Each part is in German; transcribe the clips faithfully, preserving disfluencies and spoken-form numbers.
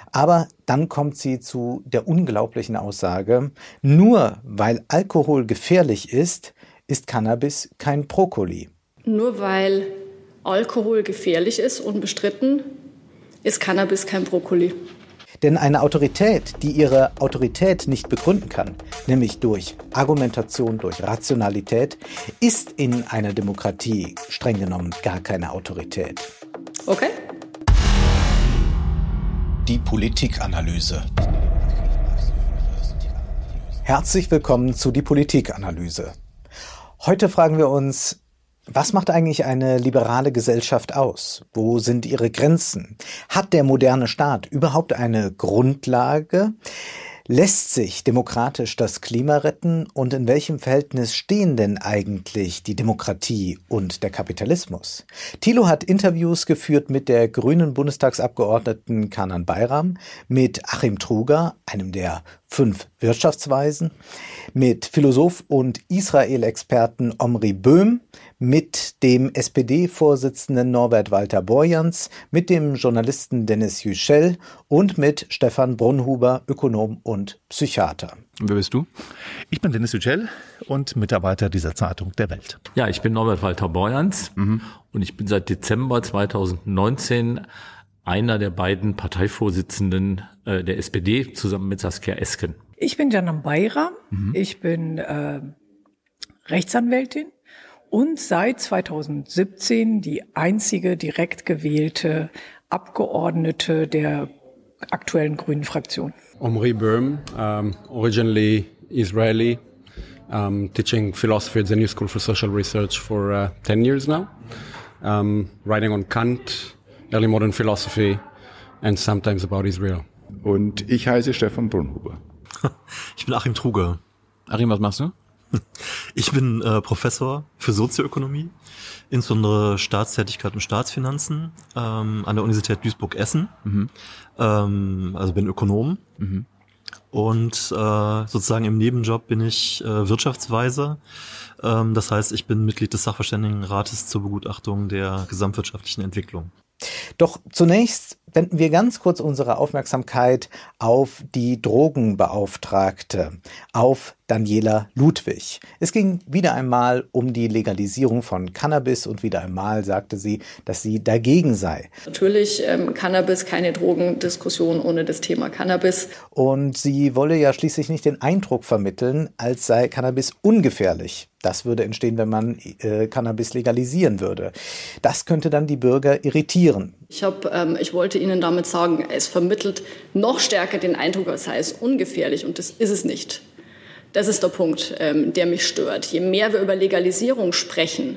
Aber dann kommt sie zu der unglaublichen Aussage, nur weil Alkohol gefährlich ist, ist Cannabis kein Brokkoli. Nur weil Alkohol gefährlich ist, unbestritten, ist Cannabis kein Brokkoli. Denn eine Autorität, die ihre Autorität nicht begründen kann, nämlich durch Argumentation, durch Rationalität, ist in einer Demokratie streng genommen gar keine Autorität. Okay. Die Politikanalyse. Herzlich willkommen zu die Politikanalyse. Heute fragen wir uns, was macht eigentlich eine liberale Gesellschaft aus? Wo sind ihre Grenzen? Hat der moderne Staat überhaupt eine Grundlage? Lässt sich demokratisch das Klima retten? Und in welchem Verhältnis stehen denn eigentlich die Demokratie und der Kapitalismus? Thilo hat Interviews geführt mit der grünen Bundestagsabgeordneten Canan Bayram, mit Achim Truger, einem der fünf Wirtschaftsweisen, mit Philosoph und Israel-Experten Omri Böhm, mit dem S P D-Vorsitzenden Norbert Walter Borjans, mit dem Journalisten Dennis Yücel und mit Stefan Brunhuber, Ökonom und Psychiater. Und wer bist du? Ich bin Dennis Yücel und Mitarbeiter dieser Zeitung Der Welt. Ja, ich bin Norbert Walter Borjans mhm. und ich bin seit Dezember zweitausendneunzehn einer der beiden Parteivorsitzenden äh, der S P D zusammen mit Saskia Esken. Ich bin Canan Bayram, mhm. ich bin äh, Rechtsanwältin und seit zweitausendsiebzehn die einzige direkt gewählte Abgeordnete der aktuellen grünen Fraktion. Omri Böhm, um, originally Israeli, um, teaching philosophy at the New School for Social Research for uh, ten years now, um, writing on Kant, early modern philosophy and sometimes about Israel. Und ich heiße Stefan Brunhuber. Ich bin Achim Truger. Achim, was machst du? Ich bin äh, Professor für Sozioökonomie, insbesondere Staatstätigkeit und Staatsfinanzen ähm, an der Universität Duisburg-Essen. Mhm. Ähm, also bin Ökonom. Mhm. Und äh, sozusagen im Nebenjob bin ich äh, Wirtschaftsweiser. Ähm, das heißt, ich bin Mitglied des Sachverständigenrates zur Begutachtung der gesamtwirtschaftlichen Entwicklung. Doch zunächst wenden wir ganz kurz unsere Aufmerksamkeit auf die Drogenbeauftragte, auf Daniela Ludwig. Es ging wieder einmal um die Legalisierung von Cannabis und wieder einmal sagte sie, dass sie dagegen sei. Natürlich ähm, Cannabis, keine Drogendiskussion ohne das Thema Cannabis. Und sie wolle ja schließlich nicht den Eindruck vermitteln, als sei Cannabis ungefährlich. Das würde entstehen, wenn man äh, Cannabis legalisieren würde. Das könnte dann die Bürger irritieren. Ich, hab, ähm, ich wollte Ihnen damit sagen, es vermittelt noch stärker den Eindruck, als sei es ungefährlich. Und das ist es nicht. Das ist der Punkt, ähm, der mich stört. Je mehr wir über Legalisierung sprechen,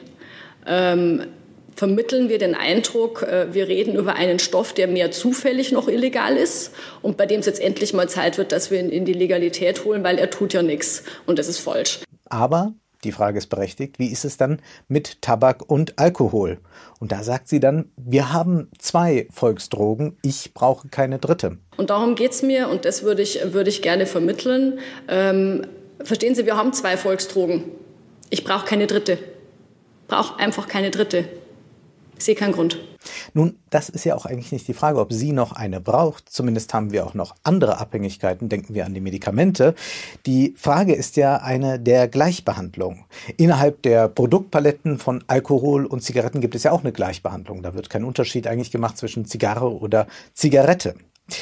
ähm, vermitteln wir den Eindruck, äh, wir reden über einen Stoff, der mehr zufällig noch illegal ist und bei dem es jetzt endlich mal Zeit wird, dass wir ihn in die Legalität holen, weil er tut ja nichts. Und das ist falsch. Aber die Frage ist berechtigt, wie ist es dann mit Tabak und Alkohol? Und da sagt sie dann, wir haben zwei Volksdrogen, ich brauche keine dritte. Und darum geht es mir und das würde ich, würde ich gerne vermitteln. Ähm, verstehen Sie, wir haben zwei Volksdrogen. Ich brauche keine dritte. Brauche einfach keine dritte. Ich sehe keinen Grund. Nun, das ist ja auch eigentlich nicht die Frage, ob sie noch eine braucht. Zumindest haben wir auch noch andere Abhängigkeiten. Denken wir an die Medikamente. Die Frage ist ja eine der Gleichbehandlung. Innerhalb der Produktpaletten von Alkohol und Zigaretten gibt es ja auch eine Gleichbehandlung. Da wird kein Unterschied eigentlich gemacht zwischen Zigarre oder Zigarette.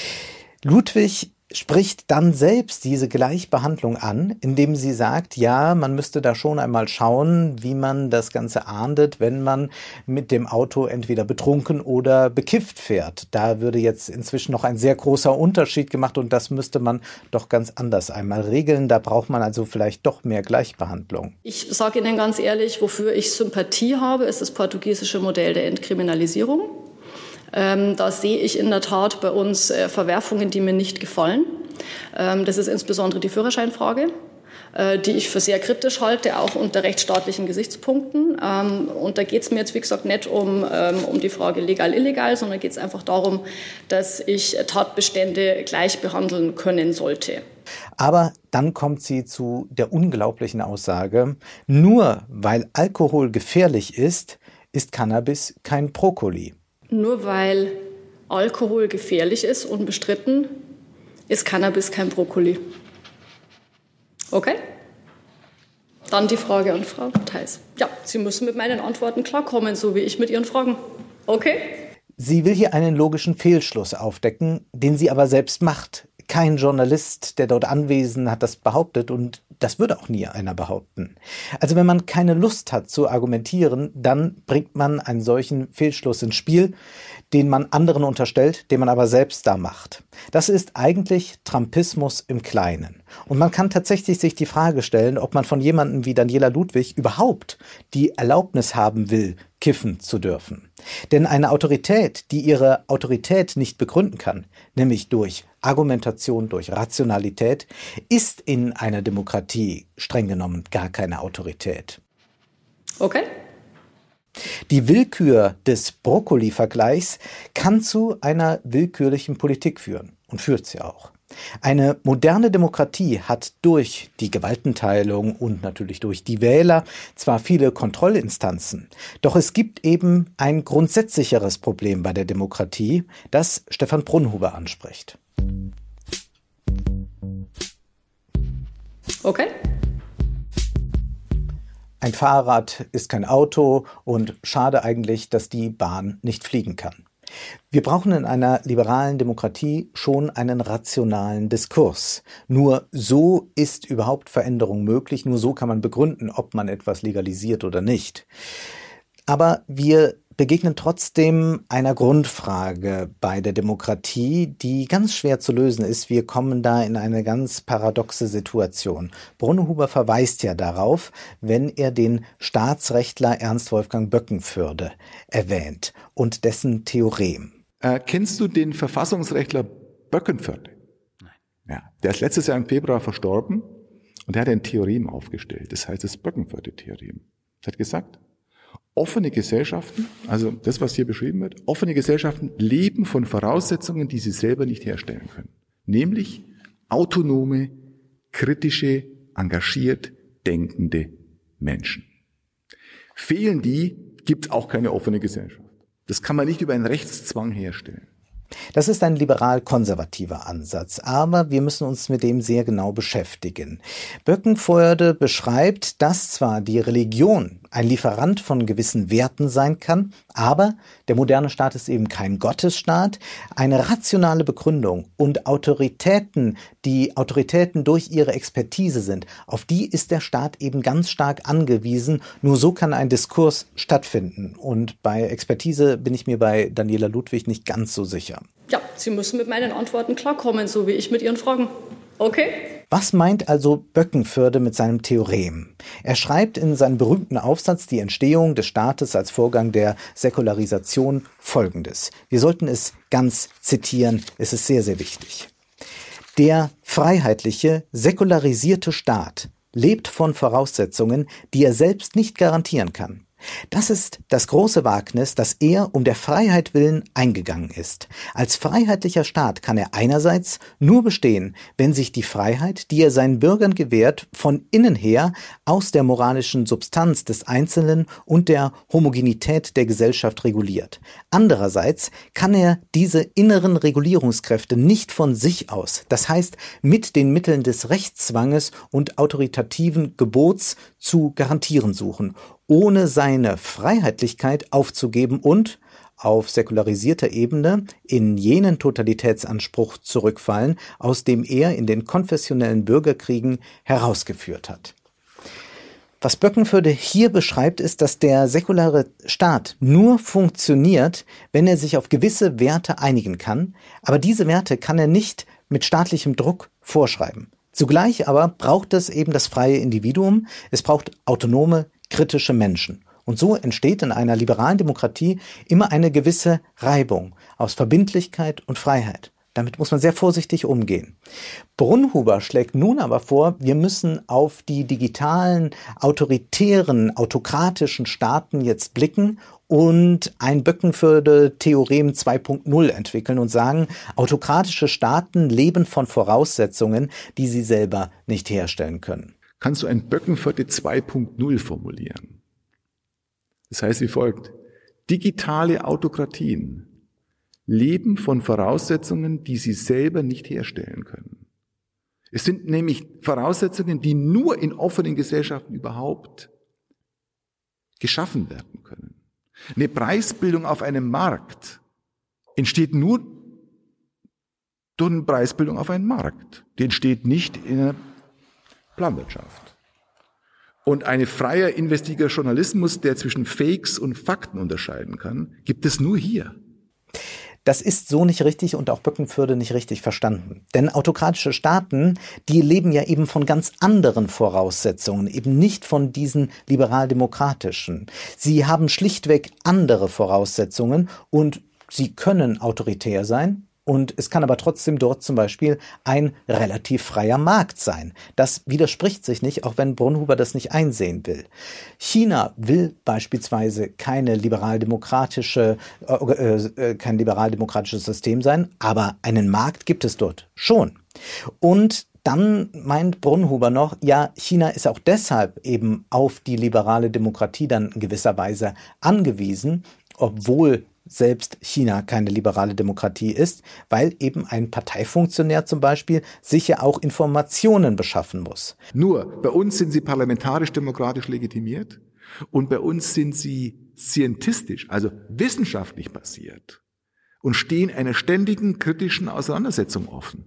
Ludwig spricht dann selbst diese Gleichbehandlung an, indem sie sagt, ja, man müsste da schon einmal schauen, wie man das Ganze ahndet, wenn man mit dem Auto entweder betrunken oder bekifft fährt. Da würde jetzt inzwischen noch ein sehr großer Unterschied gemacht und das müsste man doch ganz anders einmal regeln. Da braucht man also vielleicht doch mehr Gleichbehandlung. Ich sage Ihnen ganz ehrlich, wofür ich Sympathie habe, ist das portugiesische Modell der Entkriminalisierung. Ähm, da sehe ich in der Tat bei uns äh, Verwerfungen, die mir nicht gefallen. Ähm, das ist insbesondere die Führerscheinfrage, äh, die ich für sehr kritisch halte, auch unter rechtsstaatlichen Gesichtspunkten. Ähm, und da geht es mir jetzt, wie gesagt, nicht um, ähm, um die Frage legal, illegal, sondern geht es einfach darum, dass ich Tatbestände gleich behandeln können sollte. Aber dann kommt sie zu der unglaublichen Aussage, nur weil Alkohol gefährlich ist, ist Cannabis kein Brokkoli. Nur weil Alkohol gefährlich ist, unbestritten, ist Cannabis kein Brokkoli. Okay? Dann die Frage an Frau Theis. Ja, Sie müssen mit meinen Antworten klarkommen, so wie ich mit Ihren Fragen. Okay? Sie will hier einen logischen Fehlschluss aufdecken, den sie aber selbst macht. Kein Journalist, der dort anwesend hat, das behauptet und das würde auch nie einer behaupten. Also wenn man keine Lust hat zu argumentieren, dann bringt man einen solchen Fehlschluss ins Spiel, den man anderen unterstellt, den man aber selbst da macht. Das ist eigentlich Trumpismus im Kleinen. Und man kann tatsächlich sich die Frage stellen, ob man von jemandem wie Daniela Ludwig überhaupt die Erlaubnis haben will, kiffen zu dürfen. Denn eine Autorität, die ihre Autorität nicht begründen kann, nämlich durch Argumentation, durch Rationalität, ist in einer Demokratie streng genommen gar keine Autorität. Okay. Die Willkür des Brokkoli-Vergleichs kann zu einer willkürlichen Politik führen und führt sie auch. Eine moderne Demokratie hat durch die Gewaltenteilung und natürlich durch die Wähler zwar viele Kontrollinstanzen, doch es gibt eben ein grundsätzlicheres Problem bei der Demokratie, das Stefan Brunhuber anspricht. Okay. Ein Fahrrad ist kein Auto und schade eigentlich, dass die Bahn nicht fliegen kann. Wir brauchen in einer liberalen Demokratie schon einen rationalen Diskurs. Nur so ist überhaupt Veränderung möglich, nur so kann man begründen, ob man etwas legalisiert oder nicht. Aber wir begegnen trotzdem einer Grundfrage bei der Demokratie, die ganz schwer zu lösen ist. Wir kommen da in eine ganz paradoxe Situation. Brunhuber verweist ja darauf, wenn er den Staatsrechtler Ernst Wolfgang Böckenförde erwähnt und dessen Theorem. Äh, kennst du den Verfassungsrechtler Böckenförde? Nein. Ja, der ist letztes Jahr im Februar verstorben und er hat ein Theorem aufgestellt. Das heißt das Böckenförde-Theorem. Er hat gesagt, offene Gesellschaften, also das, was hier beschrieben wird, offene Gesellschaften leben von Voraussetzungen, die sie selber nicht herstellen können. Nämlich autonome, kritische, engagiert denkende Menschen. Fehlen die, gibt es auch keine offene Gesellschaft. Das kann man nicht über einen Rechtszwang herstellen. Das ist ein liberal-konservativer Ansatz, aber wir müssen uns mit dem sehr genau beschäftigen. Böckenförde beschreibt, dass zwar die Religion ein Lieferant von gewissen Werten sein kann, aber der moderne Staat ist eben kein Gottesstaat. Eine rationale Begründung und Autoritäten, die Autoritäten durch ihre Expertise sind, auf die ist der Staat eben ganz stark angewiesen. Nur so kann ein Diskurs stattfinden. Und bei Expertise bin ich mir bei Daniela Ludwig nicht ganz so sicher. Ja, Sie müssen mit meinen Antworten klarkommen, so wie ich mit Ihren Fragen. Okay? Was meint also Böckenförde mit seinem Theorem? Er schreibt in seinem berühmten Aufsatz Die Entstehung des Staates als Vorgang der Säkularisation Folgendes. Wir sollten es ganz zitieren, es ist sehr, sehr wichtig. Der freiheitliche, säkularisierte Staat lebt von Voraussetzungen, die er selbst nicht garantieren kann. Das ist das große Wagnis, das er um der Freiheit willen eingegangen ist. Als freiheitlicher Staat kann er einerseits nur bestehen, wenn sich die Freiheit, die er seinen Bürgern gewährt, von innen her aus der moralischen Substanz des Einzelnen und der Homogenität der Gesellschaft reguliert. Andererseits kann er diese inneren Regulierungskräfte nicht von sich aus, das heißt mit den Mitteln des Rechtszwanges und autoritativen Gebots zu garantieren suchen, ohne seine Freiheitlichkeit aufzugeben und auf säkularisierter Ebene in jenen Totalitätsanspruch zurückfallen, aus dem er in den konfessionellen Bürgerkriegen herausgeführt hat. Was Böckenförde hier beschreibt, ist, dass der säkulare Staat nur funktioniert, wenn er sich auf gewisse Werte einigen kann, aber diese Werte kann er nicht mit staatlichem Druck vorschreiben. Zugleich aber braucht es eben das freie Individuum, es braucht autonome, kritische Menschen. Und so entsteht in einer liberalen Demokratie immer eine gewisse Reibung aus Verbindlichkeit und Freiheit. Damit muss man sehr vorsichtig umgehen. Brunhuber schlägt nun aber vor, wir müssen auf die digitalen, autoritären, autokratischen Staaten jetzt blicken und ein Böckenförde-Theorem zwei Punkt null entwickeln und sagen, autokratische Staaten leben von Voraussetzungen, die sie selber nicht herstellen können. Kannst du ein Böckenförde zwei Punkt null formulieren? Das heißt wie folgt: Digitale Autokratien leben von Voraussetzungen, die sie selber nicht herstellen können. Es sind nämlich Voraussetzungen, die nur in offenen Gesellschaften überhaupt geschaffen werden können. Eine Preisbildung auf einem Markt entsteht nur durch eine Preisbildung auf einem Markt. Die entsteht nicht in einer Planwirtschaft. Und ein freier investigativer Journalismus, der zwischen Fakes und Fakten unterscheiden kann, gibt es nur hier. Das ist so nicht richtig und auch Böckenförde nicht richtig verstanden. Denn autokratische Staaten, die leben ja eben von ganz anderen Voraussetzungen, eben nicht von diesen liberal-demokratischen. Sie haben schlichtweg andere Voraussetzungen und sie können autoritär sein. Und es kann aber trotzdem dort zum Beispiel ein relativ freier Markt sein. Das widerspricht sich nicht, auch wenn Brunhuber das nicht einsehen will. China will beispielsweise keine liberal-demokratische, äh, äh, kein liberal-demokratisches System sein, aber einen Markt gibt es dort schon. Und dann meint Brunhuber noch, ja, China ist auch deshalb eben auf die liberale Demokratie dann in gewisser Weise angewiesen, obwohl selbst China keine liberale Demokratie ist, weil eben ein Parteifunktionär zum Beispiel sich ja auch Informationen beschaffen muss. Nur, bei uns sind sie parlamentarisch-demokratisch legitimiert und bei uns sind sie scientistisch, also wissenschaftlich basiert und stehen einer ständigen kritischen Auseinandersetzung offen.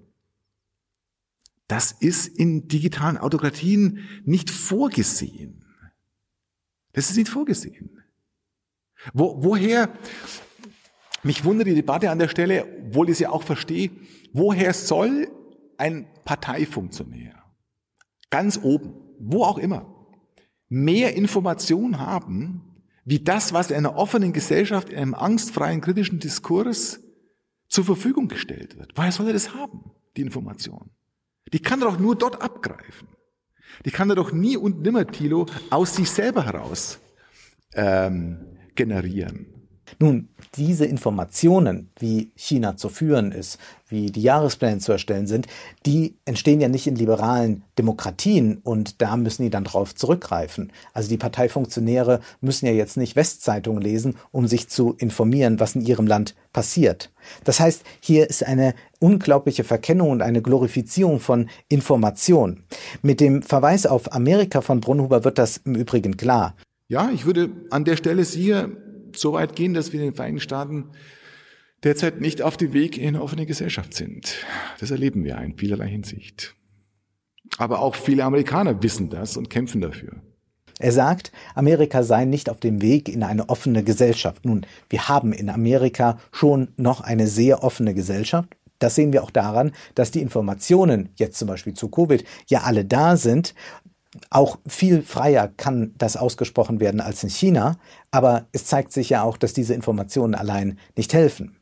Das ist in digitalen Autokratien nicht vorgesehen. Das ist nicht vorgesehen. Wo, woher, mich wundert die Debatte an der Stelle, obwohl ich es ja auch verstehe, woher soll ein Parteifunktionär ganz oben, wo auch immer, mehr Information haben, wie das, was in einer offenen Gesellschaft, in einem angstfreien, kritischen Diskurs zur Verfügung gestellt wird? Woher soll er das haben, die Information? Die kann er doch nur dort abgreifen. Die kann er doch nie und nimmer, Thilo, aus sich selber heraus ähm, generieren. Nun, diese Informationen, wie China zu führen ist, wie die Jahrespläne zu erstellen sind, die entstehen ja nicht in liberalen Demokratien und da müssen die dann drauf zurückgreifen. Also die Parteifunktionäre müssen ja jetzt nicht Westzeitungen lesen, um sich zu informieren, was in ihrem Land passiert. Das heißt, hier ist eine unglaubliche Verkennung und eine Glorifizierung von Information. Mit dem Verweis auf Amerika von Brunhuber wird das im Übrigen klar. Ja, ich würde an der Stelle hier so weit gehen, dass wir in den Vereinigten Staaten derzeit nicht auf dem Weg in eine offene Gesellschaft sind. Das erleben wir in vielerlei Hinsicht. Aber auch viele Amerikaner wissen das und kämpfen dafür. Er sagt, Amerika sei nicht auf dem Weg in eine offene Gesellschaft. Nun, wir haben in Amerika schon noch eine sehr offene Gesellschaft. Das sehen wir auch daran, dass die Informationen, jetzt zum Beispiel zu Covid, ja alle da sind. Auch viel freier kann das ausgesprochen werden als in China, aber es zeigt sich ja auch, dass diese Informationen allein nicht helfen.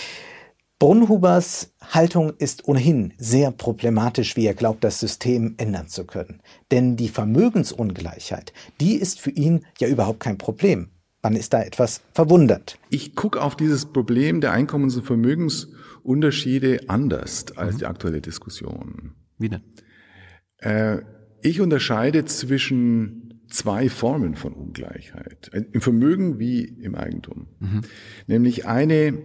Brunhubers Haltung ist ohnehin sehr problematisch, wie er glaubt, das System ändern zu können. Denn die Vermögensungleichheit, die ist für ihn ja überhaupt kein Problem. Man ist da etwas verwundert. Ich gucke auf dieses Problem der Einkommens- und Vermögensunterschiede anders als die aktuelle Diskussion. Wie denn? Äh, Ich unterscheide zwischen zwei Formen von Ungleichheit, im Vermögen wie im Eigentum. Mhm. Nämlich eine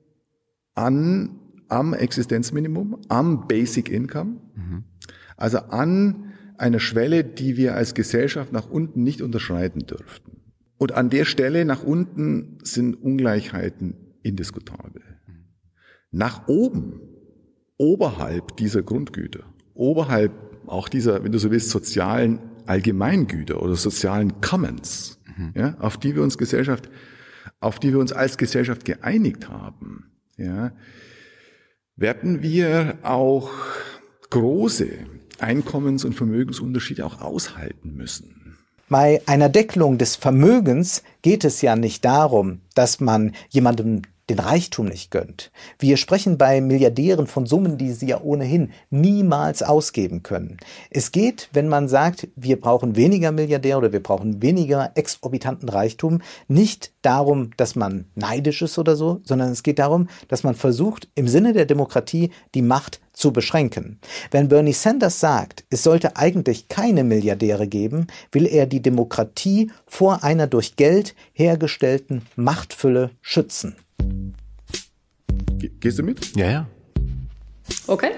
an, am Existenzminimum, am Basic Income, mhm. also an einer Schwelle, die wir als Gesellschaft nach unten nicht unterschreiten dürften. Und an der Stelle nach unten sind Ungleichheiten indiskutabel. Mhm. Nach oben, oberhalb dieser Grundgüter, oberhalb auch dieser, wenn du so willst, sozialen Allgemeingüter oder sozialen Commons, mhm. ja, auf die wir uns Gesellschaft, auf die wir uns als Gesellschaft geeinigt haben, ja, werden wir auch große Einkommens- und Vermögensunterschiede auch aushalten müssen. Bei einer Deckelung des Vermögens geht es ja nicht darum, dass man jemandem den Reichtum nicht gönnt. Wir sprechen bei Milliardären von Summen, die sie ja ohnehin niemals ausgeben können. Es geht, wenn man sagt, wir brauchen weniger Milliardäre oder wir brauchen weniger exorbitanten Reichtum, nicht darum, dass man neidisch ist oder so, sondern es geht darum, dass man versucht, im Sinne der Demokratie die Macht zu beschränken. Wenn Bernie Sanders sagt, es sollte eigentlich keine Milliardäre geben, will er die Demokratie vor einer durch Geld hergestellten Machtfülle schützen. Ge- Gehst du mit? Ja, ja. Okay.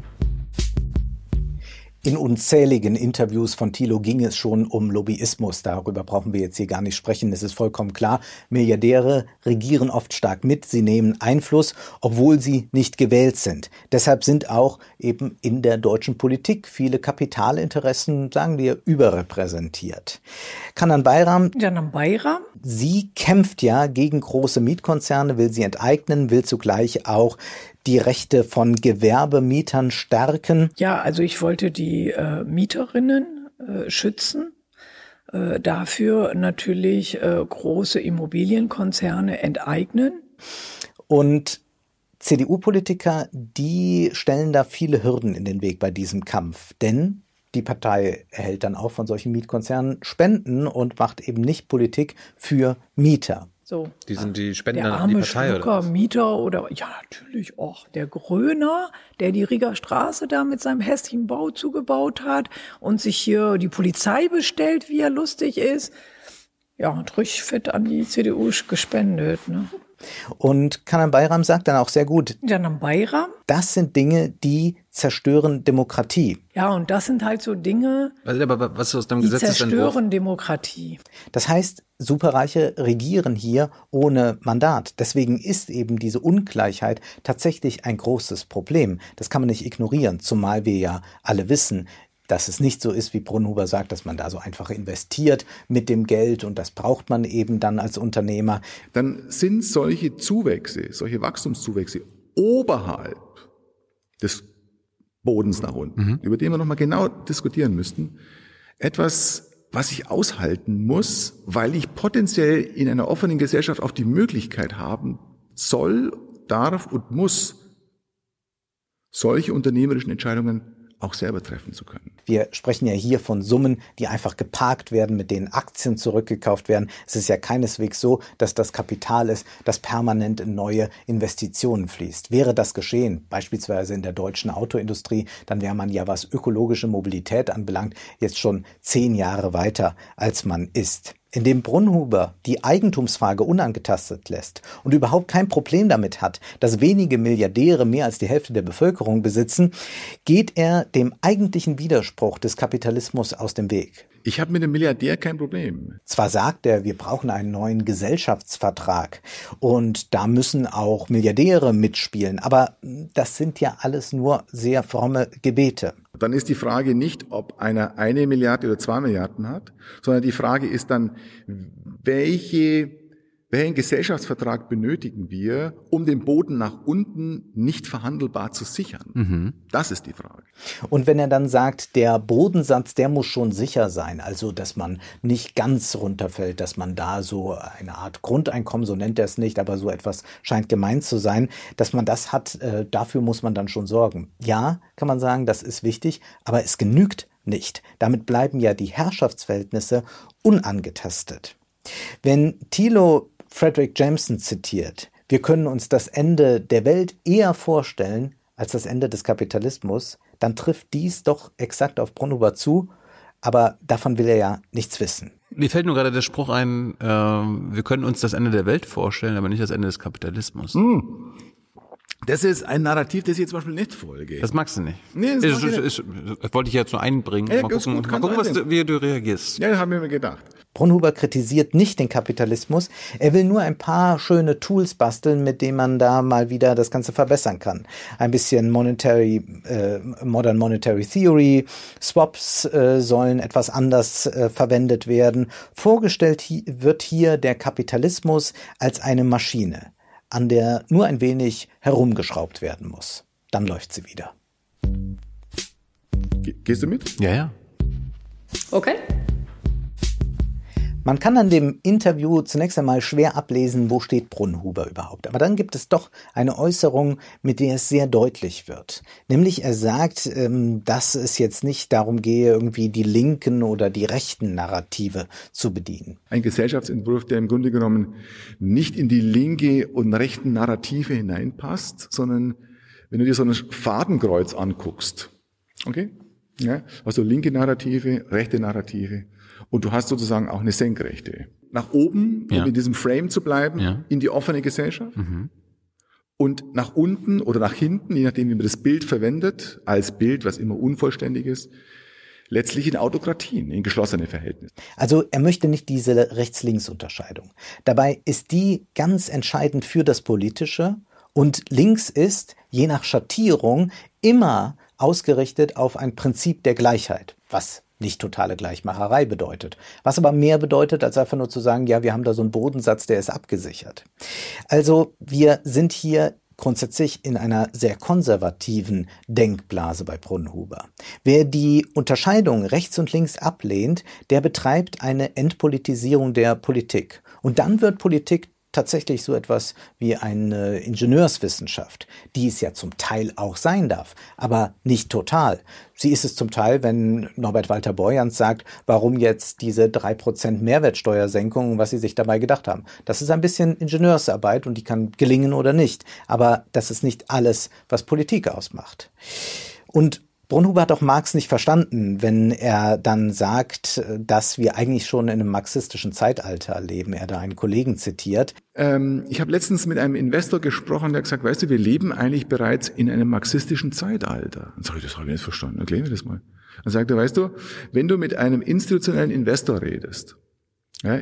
In unzähligen Interviews von Thilo ging es schon um Lobbyismus. Darüber brauchen wir jetzt hier gar nicht sprechen. Es ist vollkommen klar, Milliardäre regieren oft stark mit. Sie nehmen Einfluss, obwohl sie nicht gewählt sind. Deshalb sind auch eben in der deutschen Politik viele Kapitalinteressen, sagen wir, überrepräsentiert. Canan Bayram, Canan Bayram, sie kämpft ja gegen große Mietkonzerne, will sie enteignen, will zugleich auch die Rechte von Gewerbemietern stärken. Ja, also ich wollte die äh, Mieterinnen äh, schützen, äh, dafür natürlich äh, große Immobilienkonzerne enteignen. Und C D U-Politiker, die stellen da viele Hürden in den Weg bei diesem Kampf, denn die Partei erhält dann auch von solchen Mietkonzernen Spenden und macht eben nicht Politik für Mieter. So. Die sind die Spenden Der dann an die arme Partei, Schlucker, oder? Mieter oder, ja natürlich auch, der Gröner, der die Rieger Straße da mit seinem hässlichen Bau zugebaut hat und sich hier die Polizei bestellt, wie er lustig ist. Ja, und richtig fett an die C D U gespendet, ne? Und Canan Bayram sagt dann auch sehr gut, Canan Bayram? Das sind Dinge, die zerstören Demokratie. Ja, und das sind halt so Dinge, Also, aber was aus dem die Gesetzesentwurf? zerstören Demokratie. Das heißt, Superreiche regieren hier ohne Mandat. Deswegen ist eben diese Ungleichheit tatsächlich ein großes Problem. Das kann man nicht ignorieren, zumal wir ja alle wissen, dass es nicht so ist, wie Brunhuber sagt, dass man da so einfach investiert mit dem Geld und das braucht man eben dann als Unternehmer. Dann sind solche Zuwächse, solche Wachstumszuwächse oberhalb des Bodens nach unten, mhm. über den wir nochmal genau diskutieren müssten, etwas, was ich aushalten muss, weil ich potenziell in einer offenen Gesellschaft auch die Möglichkeit haben soll, darf und muss, solche unternehmerischen Entscheidungen auch selber treffen zu können. Wir sprechen ja hier von Summen, die einfach geparkt werden, mit denen Aktien zurückgekauft werden. Es ist ja keineswegs so, dass das Kapital ist, das permanent in neue Investitionen fließt. Wäre das geschehen, beispielsweise in der deutschen Autoindustrie, dann wäre man ja, was ökologische Mobilität anbelangt, jetzt schon zehn Jahre weiter, als man ist. Indem Brunhuber die Eigentumsfrage unangetastet lässt und überhaupt kein Problem damit hat, dass wenige Milliardäre mehr als die Hälfte der Bevölkerung besitzen, geht er dem eigentlichen Widerspruch des Kapitalismus aus dem Weg. Ich habe mit dem Milliardär kein Problem. Zwar sagt er, wir brauchen einen neuen Gesellschaftsvertrag und da müssen auch Milliardäre mitspielen, aber das sind ja alles nur sehr fromme Gebete. Dann ist die Frage nicht, ob einer eine Milliarde oder zwei Milliarden hat, sondern die Frage ist dann, welche, welchen Gesellschaftsvertrag benötigen wir, um den Boden nach unten nicht verhandelbar zu sichern? Mhm. Das ist die Frage. Und wenn er dann sagt, der Bodensatz, der muss schon sicher sein, also dass man nicht ganz runterfällt, dass man da so eine Art Grundeinkommen, so nennt er es nicht, aber so etwas scheint gemeint zu sein, dass man das hat, äh, dafür muss man dann schon sorgen. Ja, kann man sagen, das ist wichtig, aber es genügt nicht. Damit bleiben ja die Herrschaftsverhältnisse unangetastet. Wenn Thilo Fredric Jameson zitiert, wir können uns das Ende der Welt eher vorstellen als das Ende des Kapitalismus, dann trifft dies doch exakt auf Brunhuber zu, aber davon will er ja nichts wissen. Mir fällt nur gerade der Spruch ein, äh, wir können uns das Ende der Welt vorstellen, aber nicht das Ende des Kapitalismus. Hm. Das ist ein Narrativ, das ich jetzt zum Beispiel nicht folge. Das magst du nicht. Nee, das, das, mag ist, ist, das wollte ich jetzt nur einbringen. Ja, mal gucken, gut, mal gucken was du, wie du reagierst. Ja, das haben wir mir gedacht. Brunhuber kritisiert nicht den Kapitalismus, er will nur ein paar schöne Tools basteln, mit denen man da mal wieder das Ganze verbessern kann. Ein bisschen Monetary, äh, Modern Monetary Theory, Swaps äh, sollen etwas anders äh, verwendet werden. Vorgestellt hi- wird hier der Kapitalismus als eine Maschine, an der nur ein wenig herumgeschraubt werden muss. Dann läuft sie wieder. Ge- Gehst du mit? Ja, ja. Okay. Man kann an dem Interview zunächst einmal schwer ablesen, wo steht Brunhuber überhaupt. Aber dann gibt es doch eine Äußerung, mit der es sehr deutlich wird. Nämlich er sagt, dass es jetzt nicht darum gehe, irgendwie die linken oder die rechten Narrative zu bedienen. Ein Gesellschaftsentwurf, der im Grunde genommen nicht in die linke und rechten Narrative hineinpasst, sondern wenn du dir so ein Fadenkreuz anguckst, okay? Ja, also linke Narrative, rechte Narrative. Und du hast sozusagen auch eine Senkrechte. Nach oben, ja. um in diesem Frame zu bleiben, ja. in die offene Gesellschaft. Mhm. und nach unten oder nach hinten, je nachdem, wie man das Bild verwendet, als Bild, was immer unvollständig ist, letztlich in Autokratien, in geschlossene Verhältnisse. Also er möchte nicht diese Rechts-Links-Unterscheidung. Dabei ist die ganz entscheidend für das Politische und links ist, je nach Schattierung, immer ausgerichtet auf ein Prinzip der Gleichheit, was nicht totale Gleichmacherei bedeutet. Was aber mehr bedeutet, als einfach nur zu sagen, ja, wir haben da so einen Bodensatz, der ist abgesichert. Also wir sind hier grundsätzlich in einer sehr konservativen Denkblase bei Brunhuber. Wer die Unterscheidung rechts und links ablehnt, der betreibt eine Entpolitisierung der Politik. Und dann wird Politik tatsächlich so etwas wie eine Ingenieurswissenschaft, die es ja zum Teil auch sein darf, aber nicht total. Sie ist es zum Teil, wenn Norbert Walter Borjans sagt, warum jetzt diese drei Prozent Mehrwertsteuersenkung, was sie sich dabei gedacht haben. Das ist ein bisschen Ingenieursarbeit und die kann gelingen oder nicht. Aber das ist nicht alles, was Politik ausmacht. Und Brunhuber hat auch Marx nicht verstanden, wenn er dann sagt, dass wir eigentlich schon in einem marxistischen Zeitalter leben. Er da einen Kollegen zitiert. Ähm, ich habe letztens mit einem Investor gesprochen, der hat gesagt, weißt du, wir leben eigentlich bereits in einem marxistischen Zeitalter. Dann sage ich, das habe ich nicht verstanden. Erklär mir das mal. Dann sagt er, weißt du, wenn du mit einem institutionellen Investor redest, ja,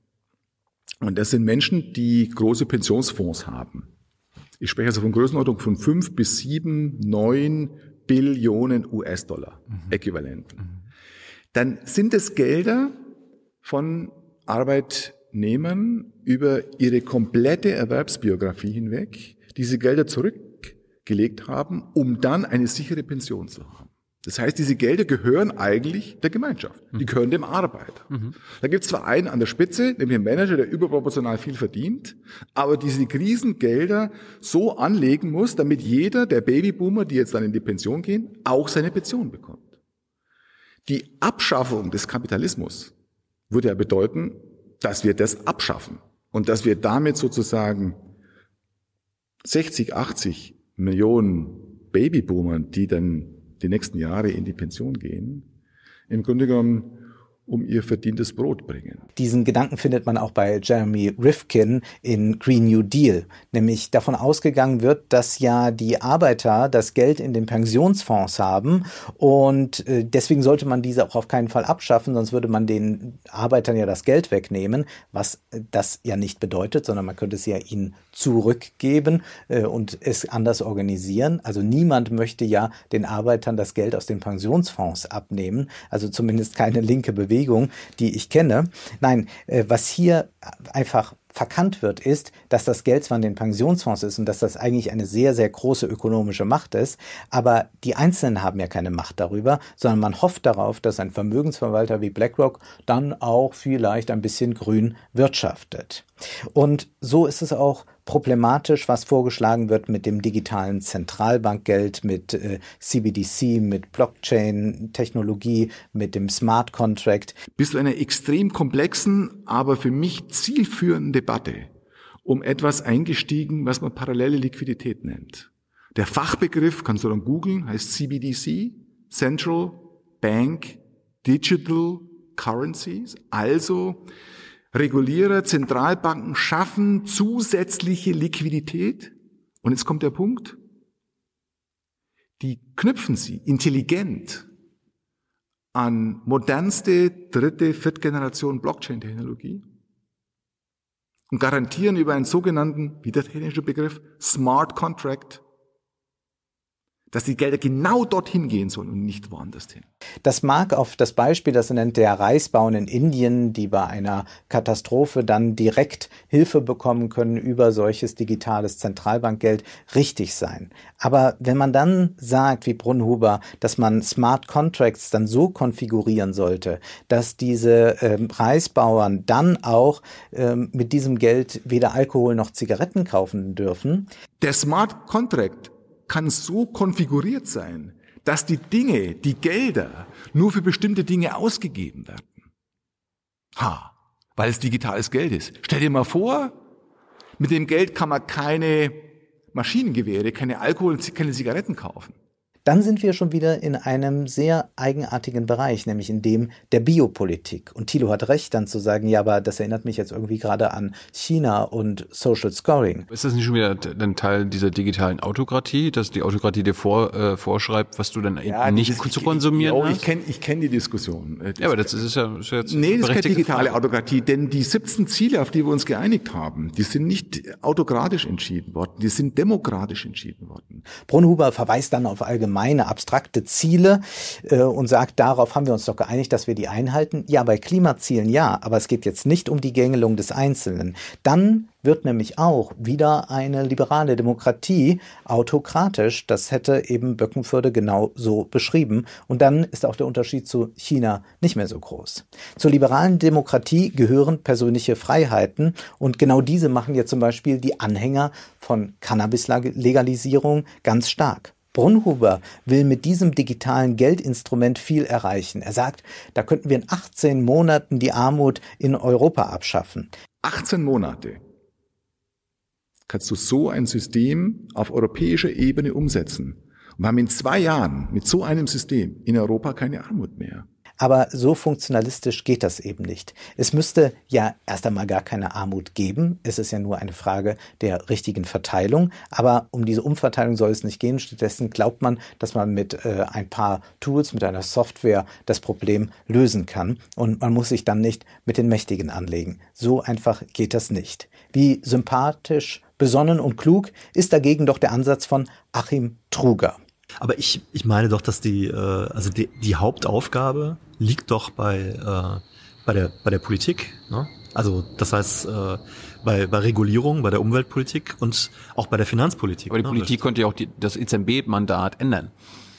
und das sind Menschen, die große Pensionsfonds haben. Ich spreche also von Größenordnung von fünf bis sieben, neun Billionen U S-Dollar mhm. Äquivalenten. Mhm. Dann sind es Gelder von Arbeitnehmern über ihre komplette Erwerbsbiografie hinweg, diese Gelder zurückgelegt haben, um dann eine sichere Pension zu haben. Das heißt, diese Gelder gehören eigentlich der Gemeinschaft. Die gehören dem Arbeiter. Mhm. Da gibt es zwar einen an der Spitze, nämlich einen Manager, der überproportional viel verdient, aber diese Krisengelder so anlegen muss, damit jeder der Babyboomer, die jetzt dann in die Pension gehen, auch seine Pension bekommt. Die Abschaffung des Kapitalismus würde ja bedeuten, dass wir das abschaffen und dass wir damit sozusagen sechzig, achtzig Millionen Babyboomern, die dann die nächsten Jahre in die Pension gehen, im Grunde genommen um ihr verdientes Brot bringen. Diesen Gedanken findet man auch bei Jeremy Rifkin in Green New Deal, nämlich davon ausgegangen wird, dass ja die Arbeiter das Geld in den Pensionsfonds haben und äh, deswegen sollte man diese auch auf keinen Fall abschaffen, sonst würde man den Arbeitern ja das Geld wegnehmen, was äh, das ja nicht bedeutet, sondern man könnte es ja ihnen zurückgeben äh, und es anders organisieren. Also niemand möchte ja den Arbeitern das Geld aus den Pensionsfonds abnehmen, also zumindest keine linke Bewegung, die ich kenne. Nein, äh, was hier einfach verkannt wird, ist, dass das Geld zwar in den Pensionsfonds ist und dass das eigentlich eine sehr, sehr große ökonomische Macht ist, aber die Einzelnen haben ja keine Macht darüber, sondern man hofft darauf, dass ein Vermögensverwalter wie BlackRock dann auch vielleicht ein bisschen grün wirtschaftet. Und so ist es auch problematisch, was vorgeschlagen wird mit dem digitalen Zentralbankgeld, mit äh, C B D C, mit Blockchain-Technologie, mit dem Smart Contract. Bis zu einer extrem komplexen, aber für mich zielführenden Debatte um etwas eingestiegen, was man parallele Liquidität nennt. Der Fachbegriff, kannst du dann googeln, heißt C B D C, Central Bank Digital Currencies, also Regulierer, Zentralbanken schaffen zusätzliche Liquidität. Und jetzt kommt der Punkt. Die knüpfen sie intelligent an modernste dritte, vierte Generation Blockchain-Technologie und garantieren über einen sogenannten, wie der technische Begriff, Smart Contract, dass die Gelder genau dorthin gehen sollen und nicht woanders hin. Das mag auf das Beispiel, das er nennt, der Reisbauern in Indien, die bei einer Katastrophe dann direkt Hilfe bekommen können über solches digitales Zentralbankgeld, richtig sein. Aber wenn man dann sagt, wie Brunhuber, dass man Smart Contracts dann so konfigurieren sollte, dass diese ähm, Reisbauern dann auch ähm, mit diesem Geld weder Alkohol noch Zigaretten kaufen dürfen. Der Smart Contract kann so konfiguriert sein, dass die Dinge, die Gelder nur für bestimmte Dinge ausgegeben werden. Ha, weil es digitales Geld ist. Stell dir mal vor, mit dem Geld kann man keine Maschinengewehre, keine Alkohol, keine Zigaretten kaufen. Dann sind wir schon wieder in einem sehr eigenartigen Bereich, nämlich in dem der Biopolitik. Und Thilo hat recht, dann zu sagen, ja, aber das erinnert mich jetzt irgendwie gerade an China und Social Scoring. Ist das nicht schon wieder ein Teil dieser digitalen Autokratie, dass die Autokratie dir vor, äh, vorschreibt, was du dann ja, nicht dieses, zu konsumieren ich, hast? Ich kenne ich kenn die Diskussion. Das ja, aber das ist ja, ist ja jetzt nee, das ist keine digitale Frage. Autokratie, denn die siebzehn Ziele, auf die wir uns geeinigt haben, die sind nicht autokratisch entschieden worden, die sind demokratisch entschieden worden. Brunhuber verweist dann auf allgemeine, abstrakte Ziele äh, und sagt, darauf haben wir uns doch geeinigt, dass wir die einhalten. Ja, bei Klimazielen ja, aber es geht jetzt nicht um die Gängelung des Einzelnen. Dann wird nämlich auch wieder eine liberale Demokratie autokratisch. Das hätte eben Böckenförde genau so beschrieben. Und dann ist auch der Unterschied zu China nicht mehr so groß. Zur liberalen Demokratie gehören persönliche Freiheiten. Und genau diese machen jetzt zum Beispiel die Anhänger von Cannabis-Legalisierung ganz stark. Brunhuber will mit diesem digitalen Geldinstrument viel erreichen. Er sagt, da könnten wir in achtzehn Monaten die Armut in Europa abschaffen. achtzehn Monate kannst du so ein System auf europäischer Ebene umsetzen. Und wir haben in zwei Jahren mit so einem System in Europa keine Armut mehr. Aber so funktionalistisch geht das eben nicht. Es müsste ja erst einmal gar keine Armut geben. Es ist ja nur eine Frage der richtigen Verteilung. Aber um diese Umverteilung soll es nicht gehen. Stattdessen glaubt man, dass man mit äh, ein paar Tools, mit einer Software das Problem lösen kann. Und man muss sich dann nicht mit den Mächtigen anlegen. So einfach geht das nicht. Wie sympathisch, besonnen und klug ist dagegen doch der Ansatz von Achim Truger. Aber ich, ich meine doch, dass die, äh, also die, die Hauptaufgabe liegt doch bei, äh, bei der, bei der Politik, ne? Also, das heißt, äh, bei, bei Regulierung, bei der Umweltpolitik und auch bei der Finanzpolitik. Aber die ne? Politik konnte ja auch die, das E Z B-Mandat ändern.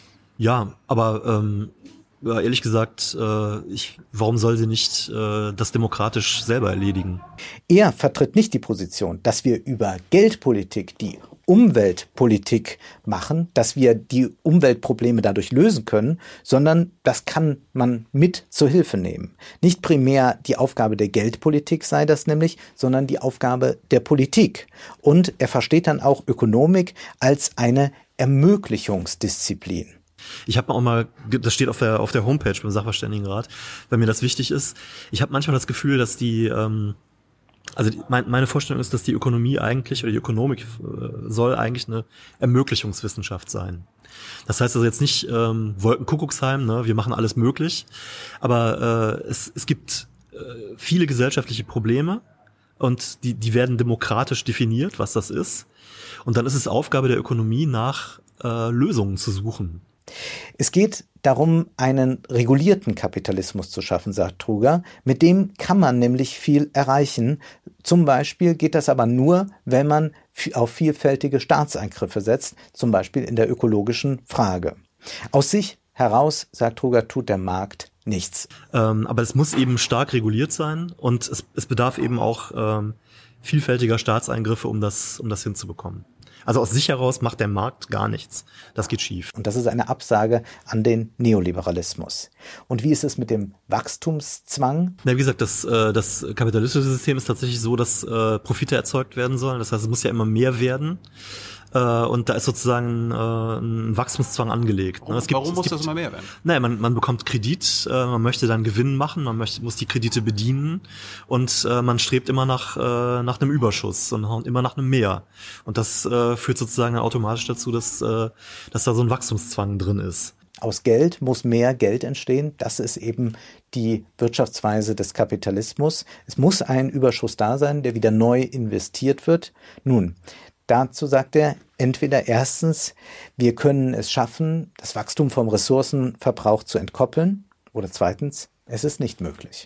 Ja, aber, ähm, ja, ehrlich gesagt, äh, ich, warum soll sie nicht äh, das demokratisch selber erledigen? Er vertritt nicht die Position, dass wir über Geldpolitik die Umweltpolitik machen, dass wir die Umweltprobleme dadurch lösen können, sondern das kann man mit zur Hilfe nehmen. Nicht primär die Aufgabe der Geldpolitik sei das nämlich, sondern die Aufgabe der Politik. Und er versteht dann auch Ökonomik als eine Ermöglichungsdisziplin. Ich habe auch mal, das steht auf der auf der Homepage beim Sachverständigenrat, weil mir das wichtig ist. Ich habe manchmal das Gefühl, dass die, ähm, also die, mein, meine Vorstellung ist, dass die Ökonomie eigentlich oder die Ökonomik äh, soll eigentlich eine Ermöglichungswissenschaft sein. Das heißt also jetzt nicht ähm, Wolkenkuckucksheim, ne, wir machen alles möglich, aber äh, es es gibt äh, viele gesellschaftliche Probleme und die die werden demokratisch definiert, was das ist. Und dann ist es Aufgabe der Ökonomie, nach äh, Lösungen zu suchen. Es geht darum, einen regulierten Kapitalismus zu schaffen, sagt Truger. Mit dem kann man nämlich viel erreichen. Zum Beispiel geht das aber nur, wenn man auf vielfältige Staatseingriffe setzt, zum Beispiel in der ökologischen Frage. Aus sich heraus, sagt Truger, tut der Markt nichts. Ähm, aber es muss eben stark reguliert sein und es, es bedarf eben auch ähm, vielfältiger Staatseingriffe, um das, um das hinzubekommen. Also aus sich heraus macht der Markt gar nichts. Das geht schief. Und das ist eine Absage an den Neoliberalismus. Und wie ist es mit dem Wachstumszwang? Na, wie gesagt, das, äh, das kapitalistische System ist tatsächlich so, dass äh, Profite erzeugt werden sollen. Das heißt, es muss ja immer mehr werden. Äh, und da ist sozusagen äh, ein Wachstumszwang angelegt. Warum, es gibt, warum es muss gibt, das immer mehr werden? Naja, man, man bekommt Kredit, äh, man möchte dann Gewinn machen, man möchte, muss die Kredite bedienen und äh, man strebt immer nach, äh, nach einem Überschuss und immer nach einem Mehr. Und das äh, führt sozusagen automatisch dazu, dass, äh, dass da so ein Wachstumszwang drin ist. Aus Geld muss mehr Geld entstehen. Das ist eben die Wirtschaftsweise des Kapitalismus. Es muss ein Überschuss da sein, der wieder neu investiert wird. Nun, dazu sagt er, entweder erstens, wir können es schaffen, das Wachstum vom Ressourcenverbrauch zu entkoppeln, oder zweitens, es ist nicht möglich.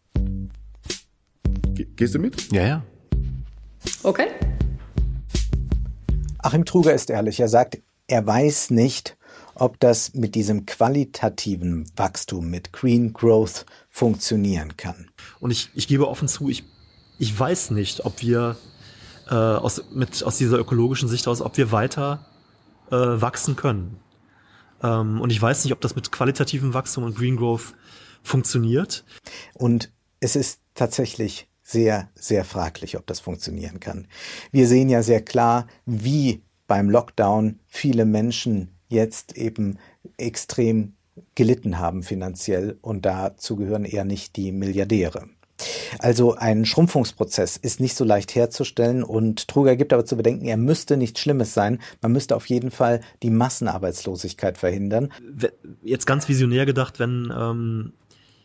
Ge- Gehst du mit? Ja, ja. Okay. Achim Truger ist ehrlich, er sagt, er weiß nicht, ob das mit diesem qualitativen Wachstum, mit Green Growth funktionieren kann. Und ich, ich gebe offen zu, ich, ich weiß nicht, ob wir äh, aus, mit, aus dieser ökologischen Sicht aus, ob wir weiter äh, wachsen können. Ähm, und ich weiß nicht, ob das mit qualitativem Wachstum und Green Growth funktioniert. Und es ist tatsächlich sehr, sehr fraglich, ob das funktionieren kann. Wir sehen ja sehr klar, wie beim Lockdown viele Menschen jetzt eben extrem gelitten haben finanziell und dazu gehören eher nicht die Milliardäre. Also ein Schrumpfungsprozess ist nicht so leicht herzustellen und Truger gibt aber zu bedenken, er müsste nichts Schlimmes sein. Man müsste auf jeden Fall die Massenarbeitslosigkeit verhindern. Jetzt ganz visionär gedacht, wenn ähm,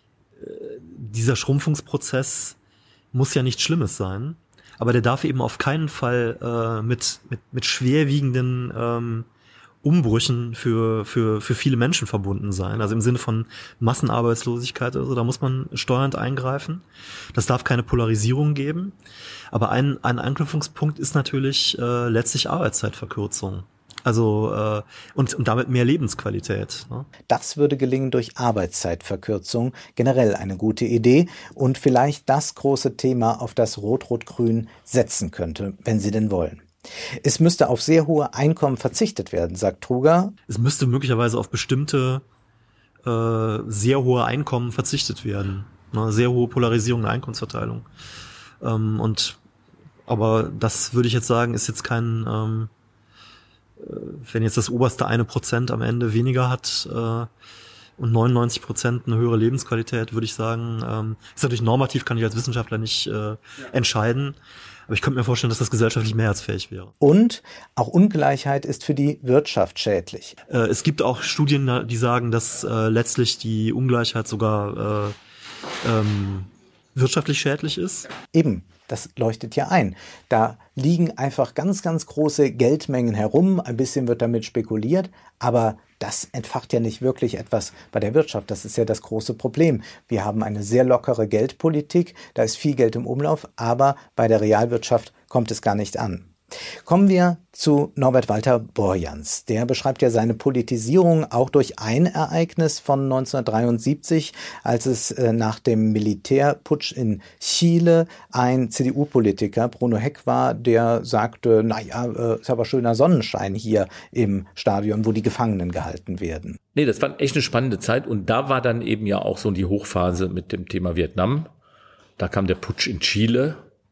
dieser Schrumpfungsprozess muss ja nichts Schlimmes sein, aber der darf eben auf keinen Fall äh, mit, mit, mit schwerwiegenden ähm, Umbrüchen für, für, für viele Menschen verbunden sein. Also im Sinne von Massenarbeitslosigkeit oder so, da muss man steuernd eingreifen. Das darf keine Polarisierung geben. Aber ein, ein Anknüpfungspunkt ist natürlich äh, letztlich Arbeitszeitverkürzung. Also äh, und, und damit mehr Lebensqualität. Ne? Das würde gelingen durch Arbeitszeitverkürzung. Generell eine gute Idee und vielleicht das große Thema, auf das Rot-Rot-Grün setzen könnte, wenn sie denn wollen. Es müsste auf sehr hohe Einkommen verzichtet werden, sagt Truger. Es müsste möglicherweise auf bestimmte äh, sehr hohe Einkommen verzichtet werden. Ne? Sehr hohe Polarisierung der Einkommensverteilung. Ähm, und aber das würde ich jetzt sagen, ist jetzt kein, ähm, wenn jetzt das oberste eine Prozent am Ende weniger hat äh, und neunundneunzig Prozent eine höhere Lebensqualität, würde ich sagen, ähm, ist natürlich normativ, kann ich als Wissenschaftler nicht äh, ja. entscheiden. Aber ich könnte mir vorstellen, dass das gesellschaftlich mehrheitsfähig wäre. Und auch Ungleichheit ist für die Wirtschaft schädlich. Äh, es gibt auch Studien, die sagen, dass äh, letztlich die Ungleichheit sogar äh, ähm, wirtschaftlich schädlich ist. Eben, das leuchtet ja ein. Da liegen einfach ganz, ganz große Geldmengen herum. Ein bisschen wird damit spekuliert, aber das entfacht ja nicht wirklich etwas bei der Wirtschaft. Das ist ja das große Problem. Wir haben eine sehr lockere Geldpolitik, da ist viel Geld im Umlauf, aber bei der Realwirtschaft kommt es gar nicht an. Kommen wir zu Norbert Walter Borjans. Der beschreibt ja seine Politisierung auch durch ein Ereignis von neunzehnhundertdreiundsiebzig, als es äh, nach dem Militärputsch in Chile ein C D U-Politiker, Bruno Heck, war, der sagte, naja, äh, ist aber schöner Sonnenschein hier im Stadion, wo die Gefangenen gehalten werden. Nee, das war echt eine spannende Zeit und da war dann eben ja auch so die Hochphase mit dem Thema Vietnam. Da kam der Putsch in Chile,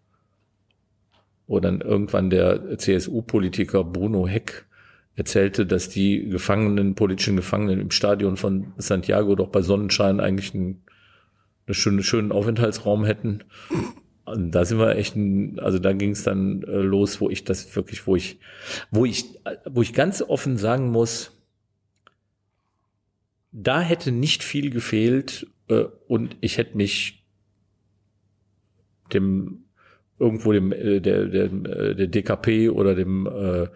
wo dann irgendwann der C S U-Politiker Bruno Heck erzählte, dass die Gefangenen, politischen Gefangenen im Stadion von Santiago doch bei Sonnenschein eigentlich einen, einen schönen, schönen Aufenthaltsraum hätten. Und da sind wir echt, ein, also da ging es dann äh, los, wo ich das wirklich, wo ich, wo ich, wo ich ganz offen sagen muss, da hätte nicht viel gefehlt äh, und ich hätte mich dem irgendwo dem äh, der der der D K P oder dem äh,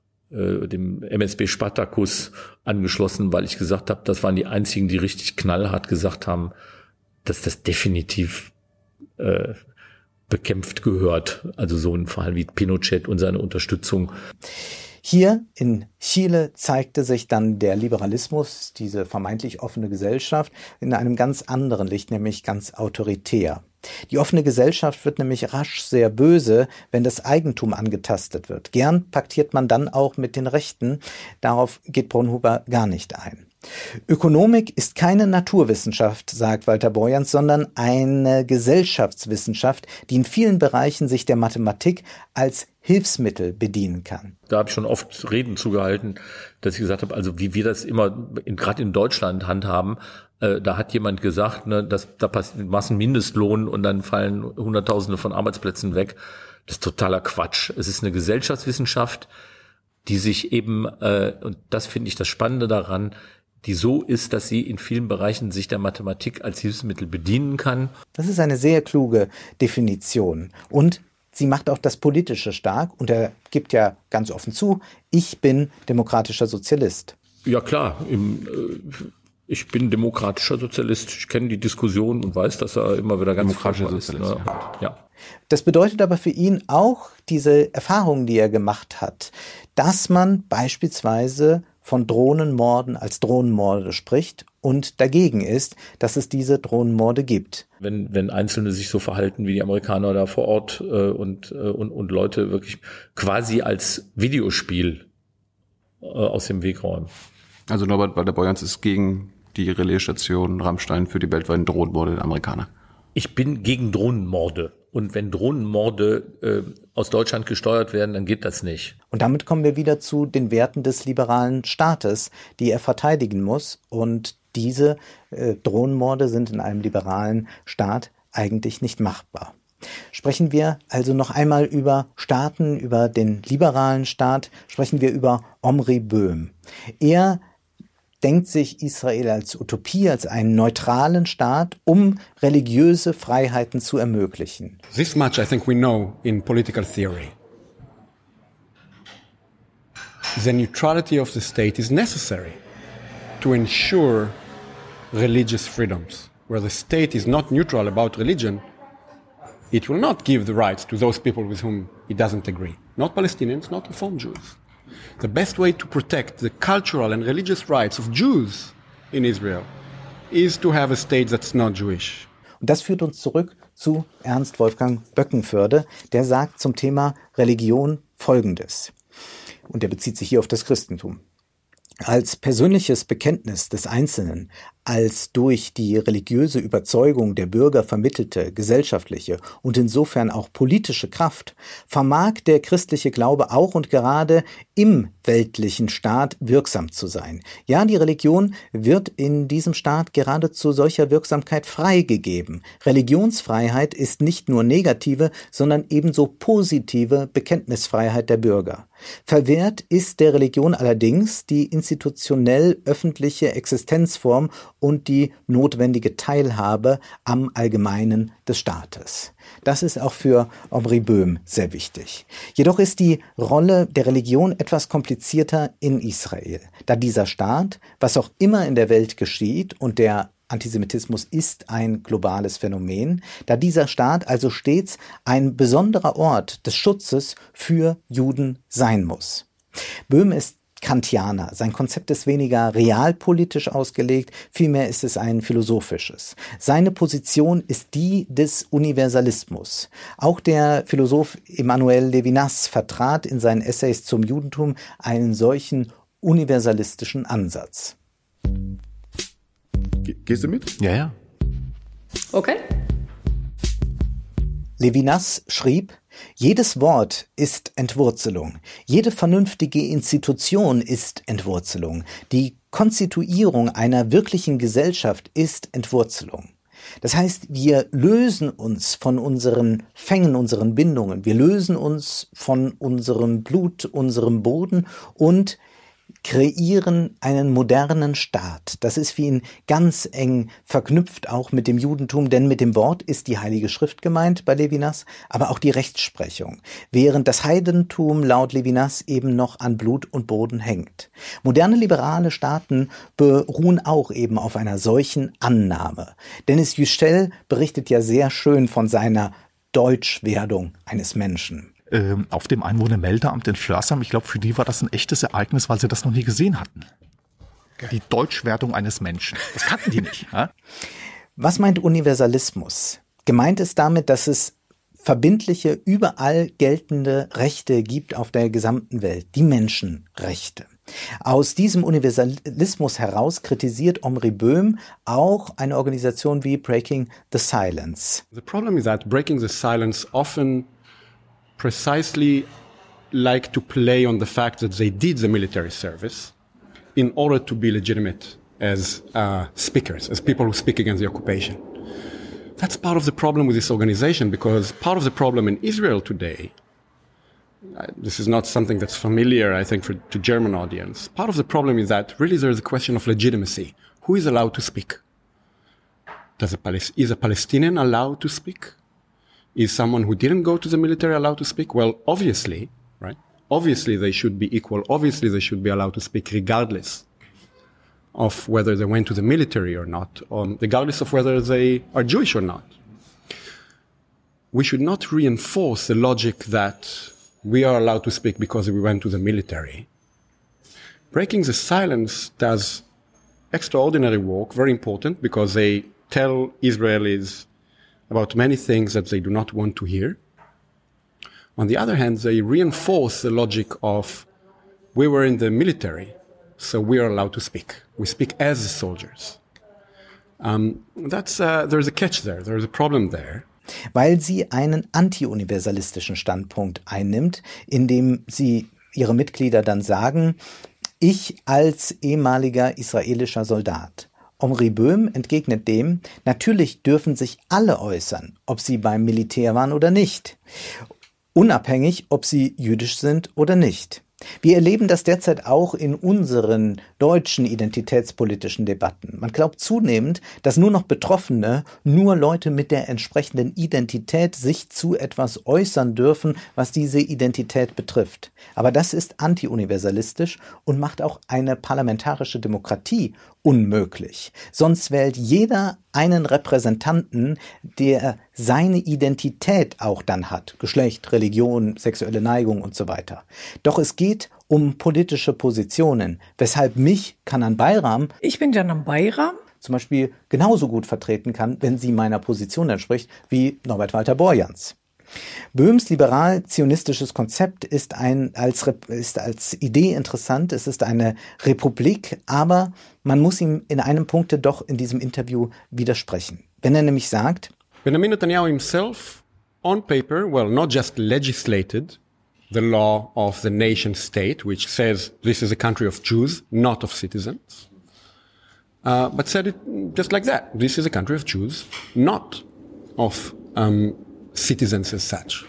äh, dem M S B Spartacus angeschlossen, weil ich gesagt habe, das waren die einzigen, die richtig knallhart gesagt haben, dass das definitiv äh, bekämpft gehört. Also so ein Fall wie Pinochet und seine Unterstützung. Hier in Chile zeigte sich dann der Liberalismus, diese vermeintlich offene Gesellschaft, in einem ganz anderen Licht, nämlich ganz autoritär. Die offene Gesellschaft wird nämlich rasch sehr böse, wenn das Eigentum angetastet wird. Gern paktiert man dann auch mit den Rechten. Darauf geht Bonhoeffer gar nicht ein. Ökonomik ist keine Naturwissenschaft, sagt Walter Borjans, sondern eine Gesellschaftswissenschaft, die in vielen Bereichen sich der Mathematik als Hilfsmittel bedienen kann. Da habe ich schon oft Reden zugehalten, dass ich gesagt habe, also wie wir das immer in, gerade in Deutschland handhaben, äh, da hat jemand gesagt, ne, dass da passiert Massenmindestlohn und dann fallen Hunderttausende von Arbeitsplätzen weg. Das ist totaler Quatsch. Es ist eine Gesellschaftswissenschaft, die sich eben, äh, und das finde ich das Spannende daran, die so ist, dass sie in vielen Bereichen sich der Mathematik als Hilfsmittel bedienen kann. Das ist eine sehr kluge Definition. Und sie macht auch das Politische stark. Und er gibt ja ganz offen zu, ich bin demokratischer Sozialist. Ja klar, im, äh, ich bin demokratischer Sozialist. Ich kenne die Diskussion und weiß, dass er immer wieder ganz demokratischer Sozialist ist. Ne? Ja. Das bedeutet aber für ihn auch diese Erfahrungen, die er gemacht hat, dass man beispielsweise von Drohnenmorden als Drohnenmorde spricht und dagegen ist, dass es diese Drohnenmorde gibt. Wenn wenn Einzelne sich so verhalten wie die Amerikaner da vor Ort äh, und, äh, und und Leute wirklich quasi als Videospiel äh, aus dem Weg räumen. Also Norbert Walter Borjans ist gegen die Relaisstation Rammstein für die weltweiten Drohnenmorde der Amerikaner. Ich bin gegen Drohnenmorde. Und wenn Drohnenmorde äh, aus Deutschland gesteuert werden, dann geht das nicht. Und damit kommen wir wieder zu den Werten des liberalen Staates, die er verteidigen muss. Und diese äh, Drohnenmorde sind in einem liberalen Staat eigentlich nicht machbar. Sprechen wir also noch einmal über Staaten, über den liberalen Staat, sprechen wir über Omri Böhm. Er denkt sich Israel als Utopie, als einen neutralen Staat, um religiöse Freiheiten zu ermöglichen. This much I think we know in political theory. The neutrality of the state is necessary to ensure religious freedoms. Where the state is not neutral about religion, it will not give the rights to those people with whom it doesn't agree. Not Palestinians, not Reform Jews. The best way to protect the cultural and religious rights of Jews in Israel is to have a state that's not Jewish. Und das führt uns zurück zu Ernst Wolfgang Böckenförde, der sagt zum Thema Religion Folgendes. Und er bezieht sich hier auf das Christentum. Als persönliches Bekenntnis des Einzelnen, als durch die religiöse Überzeugung der Bürger vermittelte gesellschaftliche und insofern auch politische Kraft, vermag der christliche Glaube auch und gerade im weltlichen Staat wirksam zu sein. Ja, die Religion wird in diesem Staat gerade zu solcher Wirksamkeit freigegeben. Religionsfreiheit ist nicht nur negative, sondern ebenso positive Bekenntnisfreiheit der Bürger. Verwehrt ist der Religion allerdings die institutionell öffentliche Existenzform und die notwendige Teilhabe am Allgemeinen des Staates. Das ist auch für Omri Böhm sehr wichtig. Jedoch ist die Rolle der Religion etwas komplizierter in Israel, da dieser Staat, was auch immer in der Welt geschieht, und der Antisemitismus ist ein globales Phänomen, da dieser Staat also stets ein besonderer Ort des Schutzes für Juden sein muss. Böhm ist Kantianer. Sein Konzept ist weniger realpolitisch ausgelegt, vielmehr ist es ein philosophisches. Seine Position ist die des Universalismus. Auch der Philosoph Emmanuel Levinas vertrat in seinen Essays zum Judentum einen solchen universalistischen Ansatz. Gehst du mit? Ja, ja. Okay. Levinas schrieb: Jedes Wort ist Entwurzelung. Jede vernünftige Institution ist Entwurzelung. Die Konstituierung einer wirklichen Gesellschaft ist Entwurzelung. Das heißt, wir lösen uns von unseren Fängen, unseren Bindungen. Wir lösen uns von unserem Blut, unserem Boden und kreieren einen modernen Staat. Das ist für ihn ganz eng verknüpft auch mit dem Judentum, denn mit dem Wort ist die Heilige Schrift gemeint bei Levinas, aber auch die Rechtsprechung, während das Heidentum laut Levinas eben noch an Blut und Boden hängt. Moderne liberale Staaten beruhen auch eben auf einer solchen Annahme. Dennis Yücel berichtet ja sehr schön von seiner Deutschwerdung eines Menschen. Ähm, auf dem Einwohnermeldeamt in Flörsheim. Ich glaube, für die war das ein echtes Ereignis, weil sie das noch nie gesehen hatten. Die Deutschwerdung eines Menschen. Das kannten die nicht. Ja? Was meint Universalismus? Gemeint ist damit, dass es verbindliche, überall geltende Rechte gibt auf der gesamten Welt, die Menschenrechte. Aus diesem Universalismus heraus kritisiert Omri Böhm auch eine Organisation wie Breaking the Silence. The problem is that Breaking the Silence often precisely like to play on the fact that they did the military service in order to be legitimate as uh, speakers, as people who speak against the occupation. That's part of the problem with this organization, because part of the problem in Israel today, uh, this is not something that's familiar, I think, for, to German audience. Part of the problem is that really there is a question of legitimacy. Who is allowed to speak? Does a Palis- is a Palestinian allowed to speak? Is someone who didn't go to the military allowed to speak? Well, obviously, right? Obviously they should be equal. Obviously they should be allowed to speak regardless of whether they went to the military or not, um, regardless of whether they are Jewish or not. We should not reinforce the logic that we are allowed to speak because we went to the military. Breaking the Silence does extraordinary work, very important, because they tell Israelis about many things that they do not want to hear. On the other hand, they reinforce the logic of we were in the military, so we are allowed to speak. We speak as soldiers. Um, that's uh, there's a catch there. There's a problem there. weil sie einen anti-universalistischen Standpunkt einnimmt, indem sie ihre Mitglieder dann sagen, ich als ehemaliger israelischer Soldat. Omri Böhm entgegnet dem, natürlich dürfen sich alle äußern, ob sie beim Militär waren oder nicht, unabhängig, ob sie jüdisch sind oder nicht. Wir erleben das derzeit auch in unseren deutschen identitätspolitischen Debatten. Man glaubt zunehmend, dass nur noch Betroffene, nur Leute mit der entsprechenden Identität sich zu etwas äußern dürfen, was diese Identität betrifft. Aber das ist anti-universalistisch und macht auch eine parlamentarische Demokratie unmöglich. Sonst wählt jeder einen Repräsentanten, der seine Identität auch dann hat. Geschlecht, Religion, sexuelle Neigung und so weiter. Doch es geht um politische Positionen, weshalb mich Canan Bayram, ich bin Canan Bayram, zum Beispiel genauso gut vertreten kann, wenn sie meiner Position entspricht, wie Norbert Walter Borjans. Böhms liberal-zionistisches Konzept ist, ein, als, ist als Idee interessant, es ist eine Republik, aber man muss ihm in einem Punkt doch in diesem Interview widersprechen. Wenn er nämlich sagt, Benjamin Netanyahu himself, on paper, well, not just legislated the law of the nation state, which says this is a country of Jews, not of citizens, uh, but said it just like that. This is a country of Jews, not of um, citizens as such.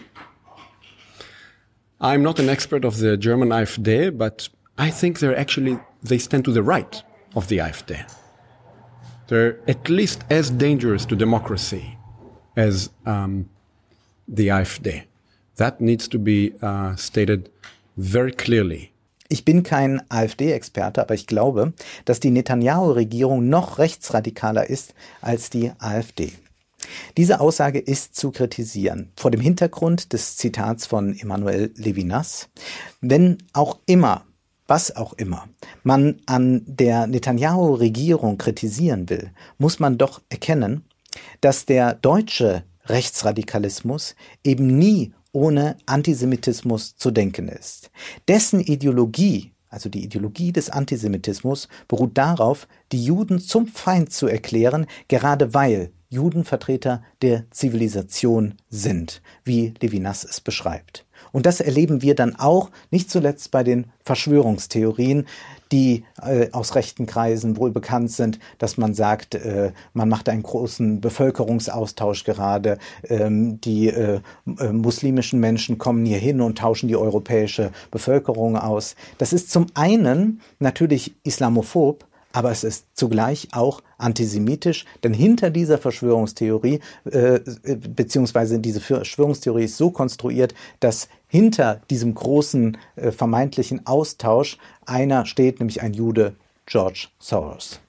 I'm not an expert of the German AfD, but I think they're actually, they stand to the right of the AfD. They're at least as dangerous to democracy as um, the AfD. That needs to be uh, stated very clearly. Ich bin kein AfD-Experte, aber ich glaube, dass die Netanyahu-Regierung noch rechtsradikaler ist als die AfD. Diese Aussage ist zu kritisieren, vor dem Hintergrund des Zitats von Emmanuel Levinas. Wenn auch immer, was auch immer, man an der Netanyahu-Regierung kritisieren will, muss man doch erkennen, dass der deutsche Rechtsradikalismus eben nie ohne Antisemitismus zu denken ist. Dessen Ideologie, also die Ideologie des Antisemitismus, beruht darauf, die Juden zum Feind zu erklären, gerade weil Juden Vertreter der Zivilisation sind, wie Levinas es beschreibt. Und das erleben wir dann auch, nicht zuletzt bei den Verschwörungstheorien, die äh, aus rechten Kreisen wohl bekannt sind, dass man sagt, äh, man macht einen großen Bevölkerungsaustausch gerade, ähm, die äh, äh, muslimischen Menschen kommen hier hin und tauschen die europäische Bevölkerung aus. Das ist zum einen natürlich islamophob, aber es ist zugleich auch antisemitisch, denn hinter dieser Verschwörungstheorie, äh, beziehungsweise diese Verschwörungstheorie ist so konstruiert, dass hinter diesem großen äh, vermeintlichen Austausch einer steht, nämlich ein Jude, George Soros.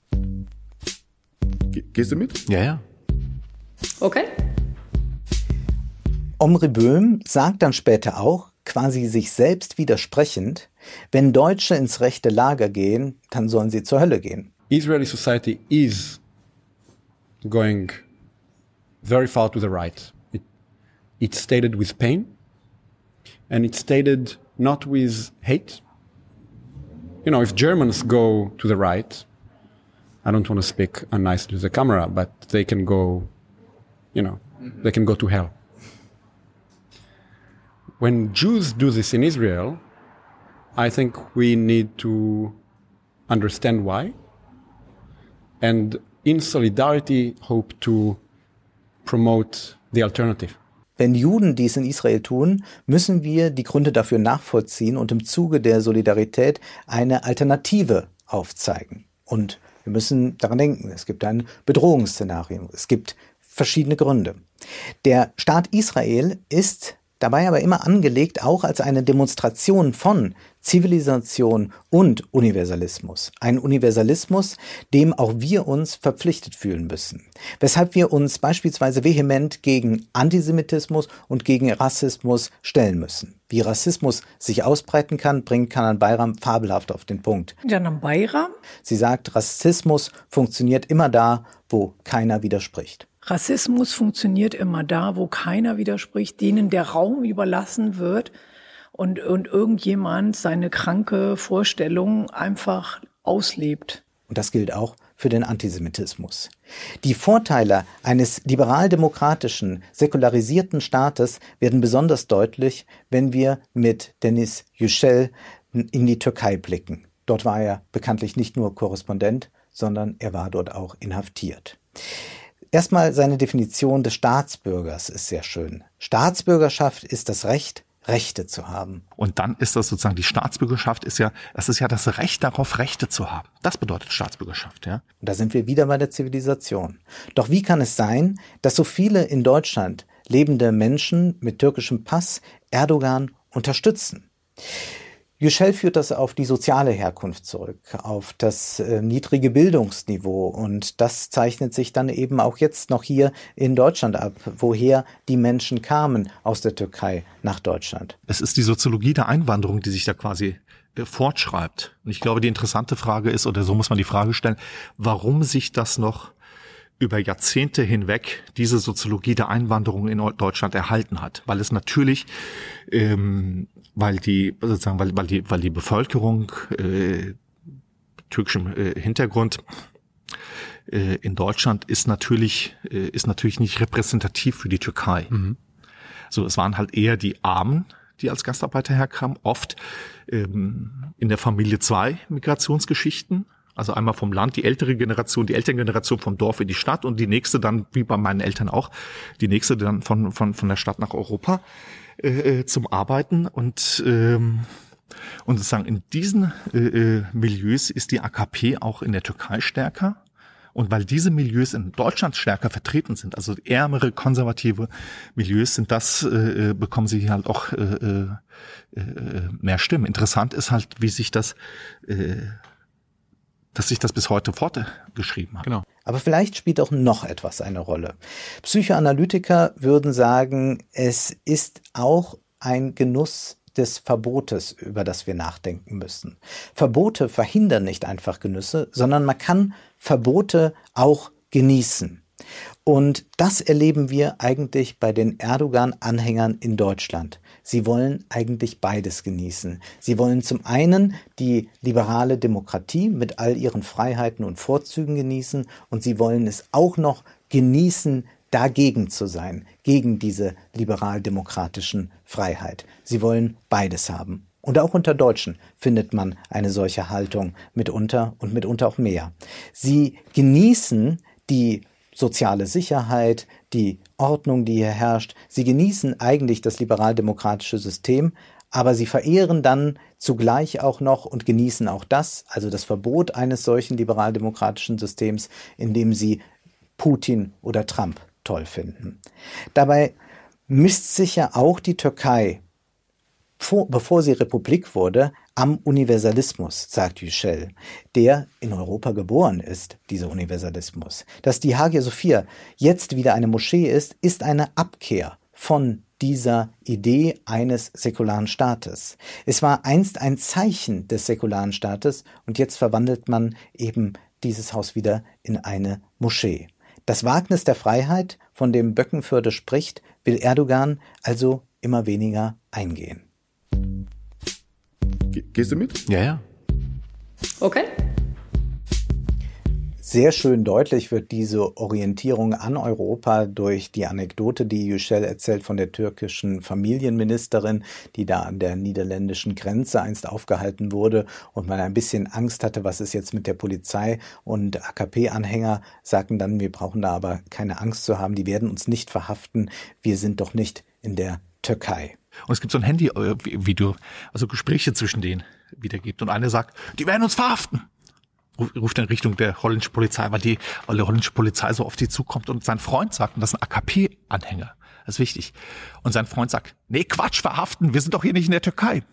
Ge- Gehst du mit? Ja, ja. Okay. Omri Böhm sagt dann später auch, quasi sich selbst widersprechend, wenn Deutsche ins rechte Lager gehen, dann sollen sie zur Hölle gehen. Israeli society is going very far to the right. It, it's stated with pain, and it's stated not with hate. You know, if Germans go to the right, I don't want to speak unnice to the camera, but they can go, you know, they can go to hell. When Jews do this in Israel, I think we need to understand why, and in solidarity hope to promote the alternative. Wenn Juden dies in Israel tun, müssen wir die Gründe dafür nachvollziehen und im Zuge der Solidarität eine Alternative aufzeigen. Und wir müssen daran denken, es gibt ein Bedrohungsszenario, es gibt verschiedene Gründe. Der Staat Israel ist dabei aber immer angelegt auch als eine Demonstration von Zivilisation und Universalismus. Ein Universalismus, dem auch wir uns verpflichtet fühlen müssen. Weshalb wir uns beispielsweise vehement gegen Antisemitismus und gegen Rassismus stellen müssen. Wie Rassismus sich ausbreiten kann, bringt Canan Bayram fabelhaft auf den Punkt. Canan Bayram? Sie sagt, Rassismus funktioniert immer da, wo keiner widerspricht. Rassismus funktioniert immer da, wo keiner widerspricht, denen der Raum überlassen wird und, und irgendjemand seine kranke Vorstellung einfach auslebt. Und das gilt auch für den Antisemitismus. Die Vorteile eines liberal-demokratischen, säkularisierten Staates werden besonders deutlich, wenn wir mit Deniz Yücel in die Türkei blicken. Dort war er bekanntlich nicht nur Korrespondent, sondern er war dort auch inhaftiert. Erstmal seine Definition des Staatsbürgers ist sehr schön. Staatsbürgerschaft ist das Recht, Rechte zu haben. Und dann ist das sozusagen, die Staatsbürgerschaft ist ja, das ist ja das Recht darauf, Rechte zu haben. Das bedeutet Staatsbürgerschaft, ja. Und da sind wir wieder bei der Zivilisation. Doch wie kann es sein, dass so viele in Deutschland lebende Menschen mit türkischem Pass Erdogan unterstützen? Yücel führt das auf die soziale Herkunft zurück, auf das äh, niedrige Bildungsniveau, und das zeichnet sich dann eben auch jetzt noch hier in Deutschland ab, woher die Menschen kamen aus der Türkei nach Deutschland. Es ist die Soziologie der Einwanderung, die sich da quasi äh, fortschreibt. Und ich glaube, die interessante Frage ist, oder so muss man die Frage stellen, warum sich das noch über Jahrzehnte hinweg diese Soziologie der Einwanderung in Deutschland erhalten hat, weil es natürlich, ähm, weil die sozusagen, weil, weil die, weil die Bevölkerung äh, türkischem äh, Hintergrund äh, in Deutschland ist natürlich äh, ist natürlich nicht repräsentativ für die Türkei. Mhm. So, es waren halt eher die Armen, die als Gastarbeiter herkamen, oft ähm, in der Familie zwei Migrationsgeschichten. Also einmal vom Land, die ältere Generation, die Elterngeneration vom Dorf in die Stadt und die nächste dann, wie bei meinen Eltern auch, die nächste dann von von von der Stadt nach Europa äh, zum Arbeiten. Und ähm, und sozusagen in diesen äh, Milieus ist die A K P auch in der Türkei stärker. Und weil diese Milieus in Deutschland stärker vertreten sind, also ärmere, konservative Milieus sind das, äh, bekommen sie halt auch äh, äh, mehr Stimmen. Interessant ist halt, wie sich das äh, dass sich das bis heute fortgeschrieben hat. Genau. Aber vielleicht spielt auch noch etwas eine Rolle. Psychoanalytiker würden sagen, es ist auch ein Genuss des Verbotes, über das wir nachdenken müssen. Verbote verhindern nicht einfach Genüsse, sondern man kann Verbote auch genießen. Und das erleben wir eigentlich bei den Erdogan-Anhängern in Deutschland. Sie wollen eigentlich beides genießen. Sie wollen zum einen die liberale Demokratie mit all ihren Freiheiten und Vorzügen genießen, und sie wollen es auch noch genießen, dagegen zu sein, gegen diese liberal-demokratischen Freiheit. Sie wollen beides haben. Und auch unter Deutschen findet man eine solche Haltung mitunter und mitunter auch mehr. Sie genießen die soziale Sicherheit, die Ordnung, die hier herrscht. Sie genießen eigentlich das liberal-demokratische System, aber sie verehren dann zugleich auch noch und genießen auch das, also das Verbot eines solchen liberal-demokratischen Systems, indem sie Putin oder Trump toll finden. Dabei misst sich ja auch die Türkei, vor, bevor sie Republik wurde, am Universalismus, sagt Yücel, der in Europa geboren ist, dieser Universalismus. Dass die Hagia Sophia jetzt wieder eine Moschee ist, ist eine Abkehr von dieser Idee eines säkularen Staates. Es war einst ein Zeichen des säkularen Staates, und jetzt verwandelt man eben dieses Haus wieder in eine Moschee. Das Wagnis der Freiheit, von dem Böckenförde spricht, will Erdogan also immer weniger eingehen. Gehst du mit? Ja, ja. Okay. Sehr schön deutlich wird diese Orientierung an Europa durch die Anekdote, die Yücel erzählt von der türkischen Familienministerin, die da an der niederländischen Grenze einst aufgehalten wurde und man ein bisschen Angst hatte, was ist jetzt mit der Polizei, und A K P-Anhänger sagten dann, wir brauchen da aber keine Angst zu haben, die werden uns nicht verhaften, wir sind doch nicht in der Türkei. Und es gibt so ein Handy-Video, also Gespräche zwischen denen wiedergibt. Und einer sagt, die werden uns verhaften. Ruft in Richtung der holländischen Polizei, weil die, weil die holländische Polizei so auf die zukommt. Und sein Freund sagt, und das ist ein A K P-Anhänger, das ist wichtig. Und sein Freund sagt, nee, Quatsch, verhaften, wir sind doch hier nicht in der Türkei.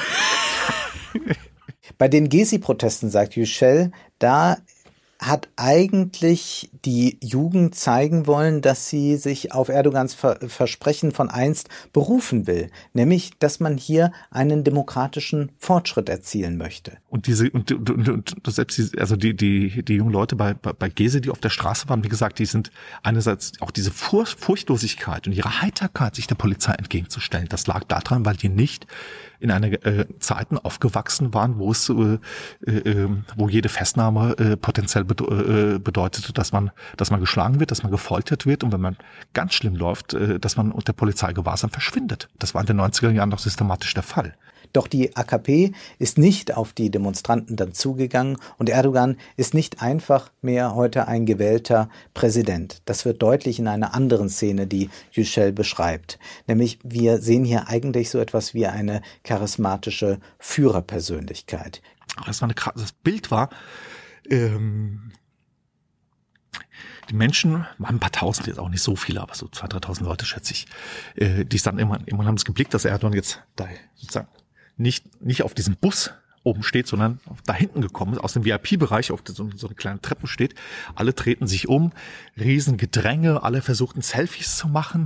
Bei den Gezi-Protesten, sagt Yücel, da hat eigentlich die Jugend zeigen wollen, dass sie sich auf Erdogans Versprechen von einst berufen will, nämlich, dass man hier einen demokratischen Fortschritt erzielen möchte. Und diese und, und, und, und selbst die, also die die die jungen Leute bei bei, bei Gezi, die auf der Straße waren, wie gesagt, die sind einerseits auch diese Furcht, Furchtlosigkeit und ihre Heiterkeit, sich der Polizei entgegenzustellen. Das lag daran, weil die nicht in einer äh, Zeiten aufgewachsen waren, wo es äh, äh, wo jede Festnahme äh, potenziell bedeutete, dass man, dass man geschlagen wird, dass man gefoltert wird und wenn man ganz schlimm läuft, dass man unter Polizeigewahrsam verschwindet. Das war in den neunziger Jahren noch systematisch der Fall. Doch die A K P ist nicht auf die Demonstranten dann zugegangen und Erdogan ist nicht einfach mehr heute ein gewählter Präsident. Das wird deutlich in einer anderen Szene, die Yücel beschreibt. Nämlich wir sehen hier eigentlich so etwas wie eine charismatische Führerpersönlichkeit. Das war eine, das Bild war, ähm, die Menschen, waren ein paar tausend, jetzt auch nicht so viele, aber so zweitausend, dreitausend Leute schätze ich, äh, die dann immer, irgendwann haben es geblickt, dass Erdogan jetzt da sozusagen nicht, nicht auf diesem Bus oben steht, sondern da hinten gekommen ist, aus dem V I P-Bereich auf so, so eine kleine Treppe steht. Alle treten sich um, Riesengedränge, alle versuchten Selfies zu machen.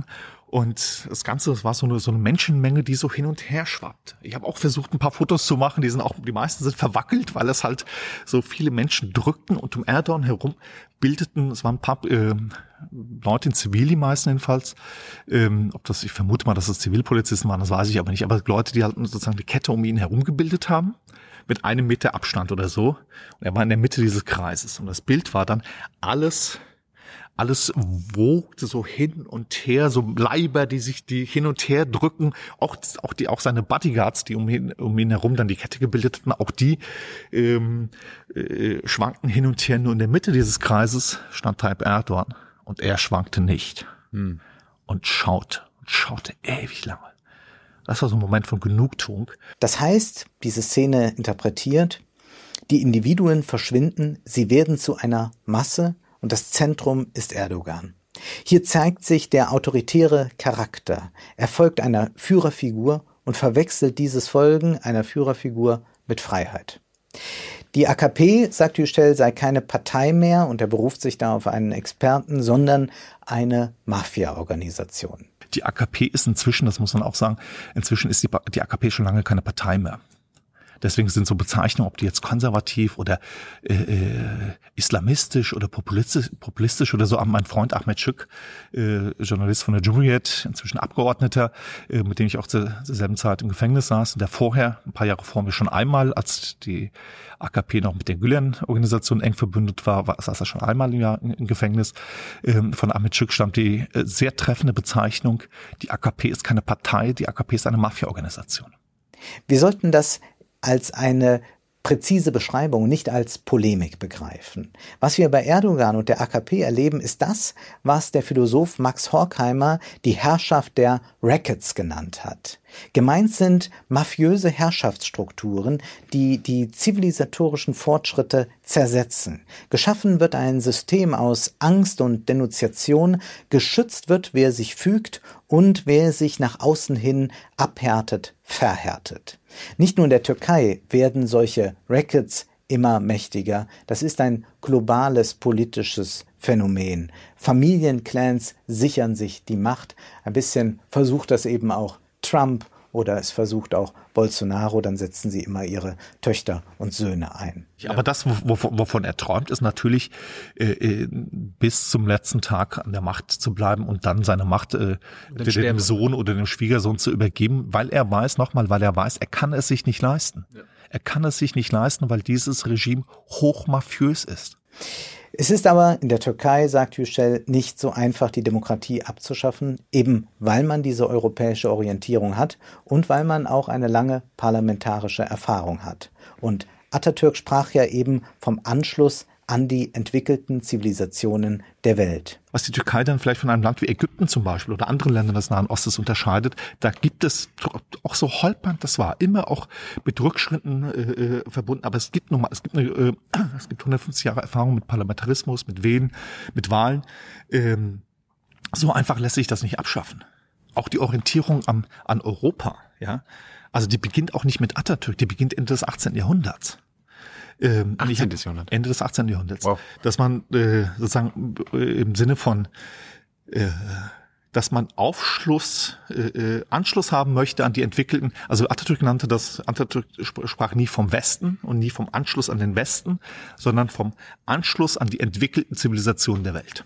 Und das Ganze, das war so eine, so eine Menschenmenge, die so hin und her schwappt. Ich habe auch versucht, ein paar Fotos zu machen, die sind auch, die meisten sind verwackelt, weil es halt so viele Menschen drückten und um Erdogan herum bildeten, es waren ein paar äh, Leute in Zivil, die meisten jedenfalls, ähm, ob das, ich vermute mal, dass es Zivilpolizisten waren, das weiß ich aber nicht, aber Leute, die halt sozusagen die Kette um ihn herum gebildet haben, mit einem Meter Abstand oder so. Und er war in der Mitte dieses Kreises. Und das Bild war dann alles Alles wogte so hin und her, so Leiber, die sich die hin und her drücken, auch auch die auch seine Bodyguards, die um ihn um ihn herum dann die Kette gebildet hatten, auch die ähm, äh, schwankten hin und her. Nur in der Mitte dieses Kreises stand Tayyip Erdogan und er schwankte nicht hm. und schaute und schaute ewig lange. Das war so ein Moment von Genugtuung. Das heißt, diese Szene interpretiert: Die Individuen verschwinden, sie werden zu einer Masse. Und das Zentrum ist Erdogan. Hier zeigt sich der autoritäre Charakter. Er folgt einer Führerfigur und verwechselt dieses Folgen einer Führerfigur mit Freiheit. Die A K P, sagt Yücel, sei keine Partei mehr, und er beruft sich da auf einen Experten, sondern eine Mafia-Organisation. Die A K P ist inzwischen, das muss man auch sagen, inzwischen ist die, die A K P schon lange keine Partei mehr. Deswegen sind so Bezeichnungen, ob die jetzt konservativ oder äh, äh, islamistisch oder populistisch, populistisch oder so. Mein Freund Ahmed Şık, äh, Journalist von der Cumhuriyet, inzwischen Abgeordneter, äh, mit dem ich auch zur, zur selben Zeit im Gefängnis saß, und der vorher, ein paar Jahre vor mir schon einmal, als die A K P noch mit der Gülen-Organisation eng verbündet war, war saß er schon einmal im Jahr im Gefängnis. Ähm, von Ahmed Şık stammt die äh, sehr treffende Bezeichnung: Die A K P ist keine Partei, die A K P ist eine Mafia-Organisation. Wir sollten das als eine präzise Beschreibung, nicht als Polemik begreifen. Was wir bei Erdogan und der A K P erleben, ist das, was der Philosoph Max Horkheimer die Herrschaft der Rackets genannt hat. Gemeint sind mafiöse Herrschaftsstrukturen, die die zivilisatorischen Fortschritte zersetzen. Geschaffen wird ein System aus Angst und Denunziation, geschützt wird, wer sich fügt, und wer sich nach außen hin abhärtet, verhärtet. Nicht nur in der Türkei werden solche Rackets immer mächtiger. Das ist ein globales politisches Phänomen. Familienclans sichern sich die Macht. Ein bisschen versucht das eben auch Trump, oder es versucht auch Bolsonaro, dann setzen sie immer ihre Töchter und Söhne ein. Aber das, wovon, wovon er träumt, ist natürlich, äh, bis zum letzten Tag an der Macht zu bleiben und dann seine Macht äh, dem Sohn oder dem Schwiegersohn zu übergeben, weil er weiß, nochmal, weil er weiß, er kann es sich nicht leisten. Ja. Er kann es sich nicht leisten, weil dieses Regime hochmafiös ist. Es ist aber in der Türkei, sagt Yücel, nicht so einfach, die Demokratie abzuschaffen, eben weil man diese europäische Orientierung hat und weil man auch eine lange parlamentarische Erfahrung hat. Und Atatürk sprach ja eben vom Anschluss an die entwickelten Zivilisationen der Welt. Was die Türkei dann vielleicht von einem Land wie Ägypten zum Beispiel oder anderen Ländern des Nahen Ostens unterscheidet, da gibt es auch so holpernd, das war immer auch mit Rückschritten äh, verbunden, aber es gibt nun mal, es gibt eine, äh, es gibt hundertfünfzig Jahre Erfahrung mit Parlamentarismus, mit Wählen, mit Wahlen. Ähm, so einfach lässt sich das nicht abschaffen. Auch die Orientierung am, an Europa, ja, also die beginnt auch nicht mit Atatürk, die beginnt Ende des achtzehnten Jahrhunderts. Ähm, achtzehnten Jahrhundert. Ende des achtzehnten Jahrhunderts. Wow. Dass man äh, sozusagen äh, im Sinne von, äh, dass man Aufschluss, äh, Anschluss haben möchte an die entwickelten, also Atatürk nannte das, Atatürk sprach nie vom Westen und nie vom Anschluss an den Westen, sondern vom Anschluss an die entwickelten Zivilisationen der Welt.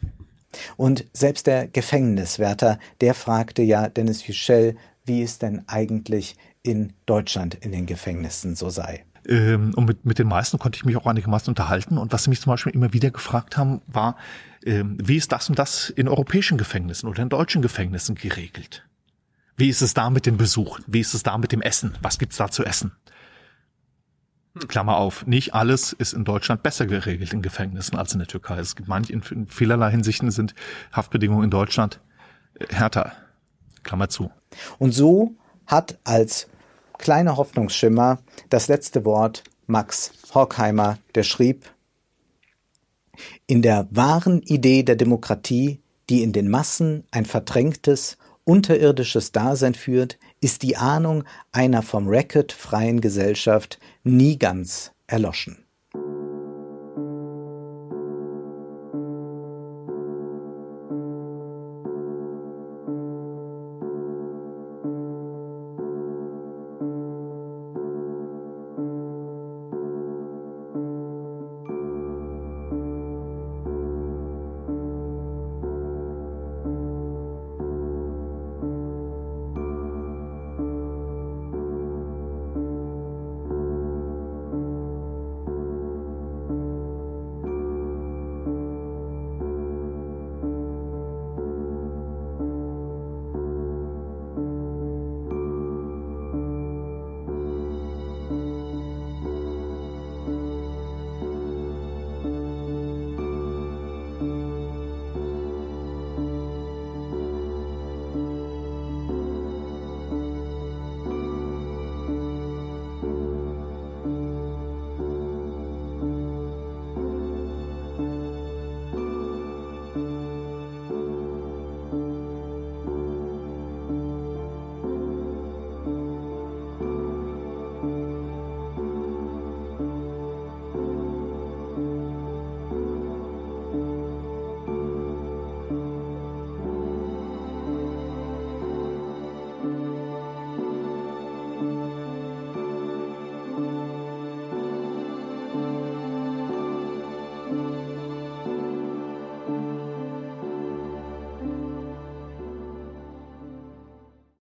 Und selbst der Gefängniswärter, der fragte ja Deniz Yücel, wie es denn eigentlich in Deutschland in den Gefängnissen so sei. Ähm, und mit, mit den meisten konnte ich mich auch einigermaßen unterhalten. Und was sie mich zum Beispiel immer wieder gefragt haben, war, ähm, wie ist das und das in europäischen Gefängnissen oder in deutschen Gefängnissen geregelt? Wie ist es da mit den Besuchen? Wie ist es da mit dem Essen? Was gibt's da zu essen? Klammer auf, nicht alles ist in Deutschland besser geregelt in Gefängnissen als in der Türkei. Es gibt manche, in vielerlei Hinsichten sind Haftbedingungen in Deutschland härter. Klammer zu. Und so hat als kleiner Hoffnungsschimmer das letzte Wort Max Horkheimer, der schrieb: In der wahren Idee der Demokratie, die in den Massen ein verdrängtes, unterirdisches Dasein führt, ist die Ahnung einer vom Racket freien Gesellschaft nie ganz erloschen.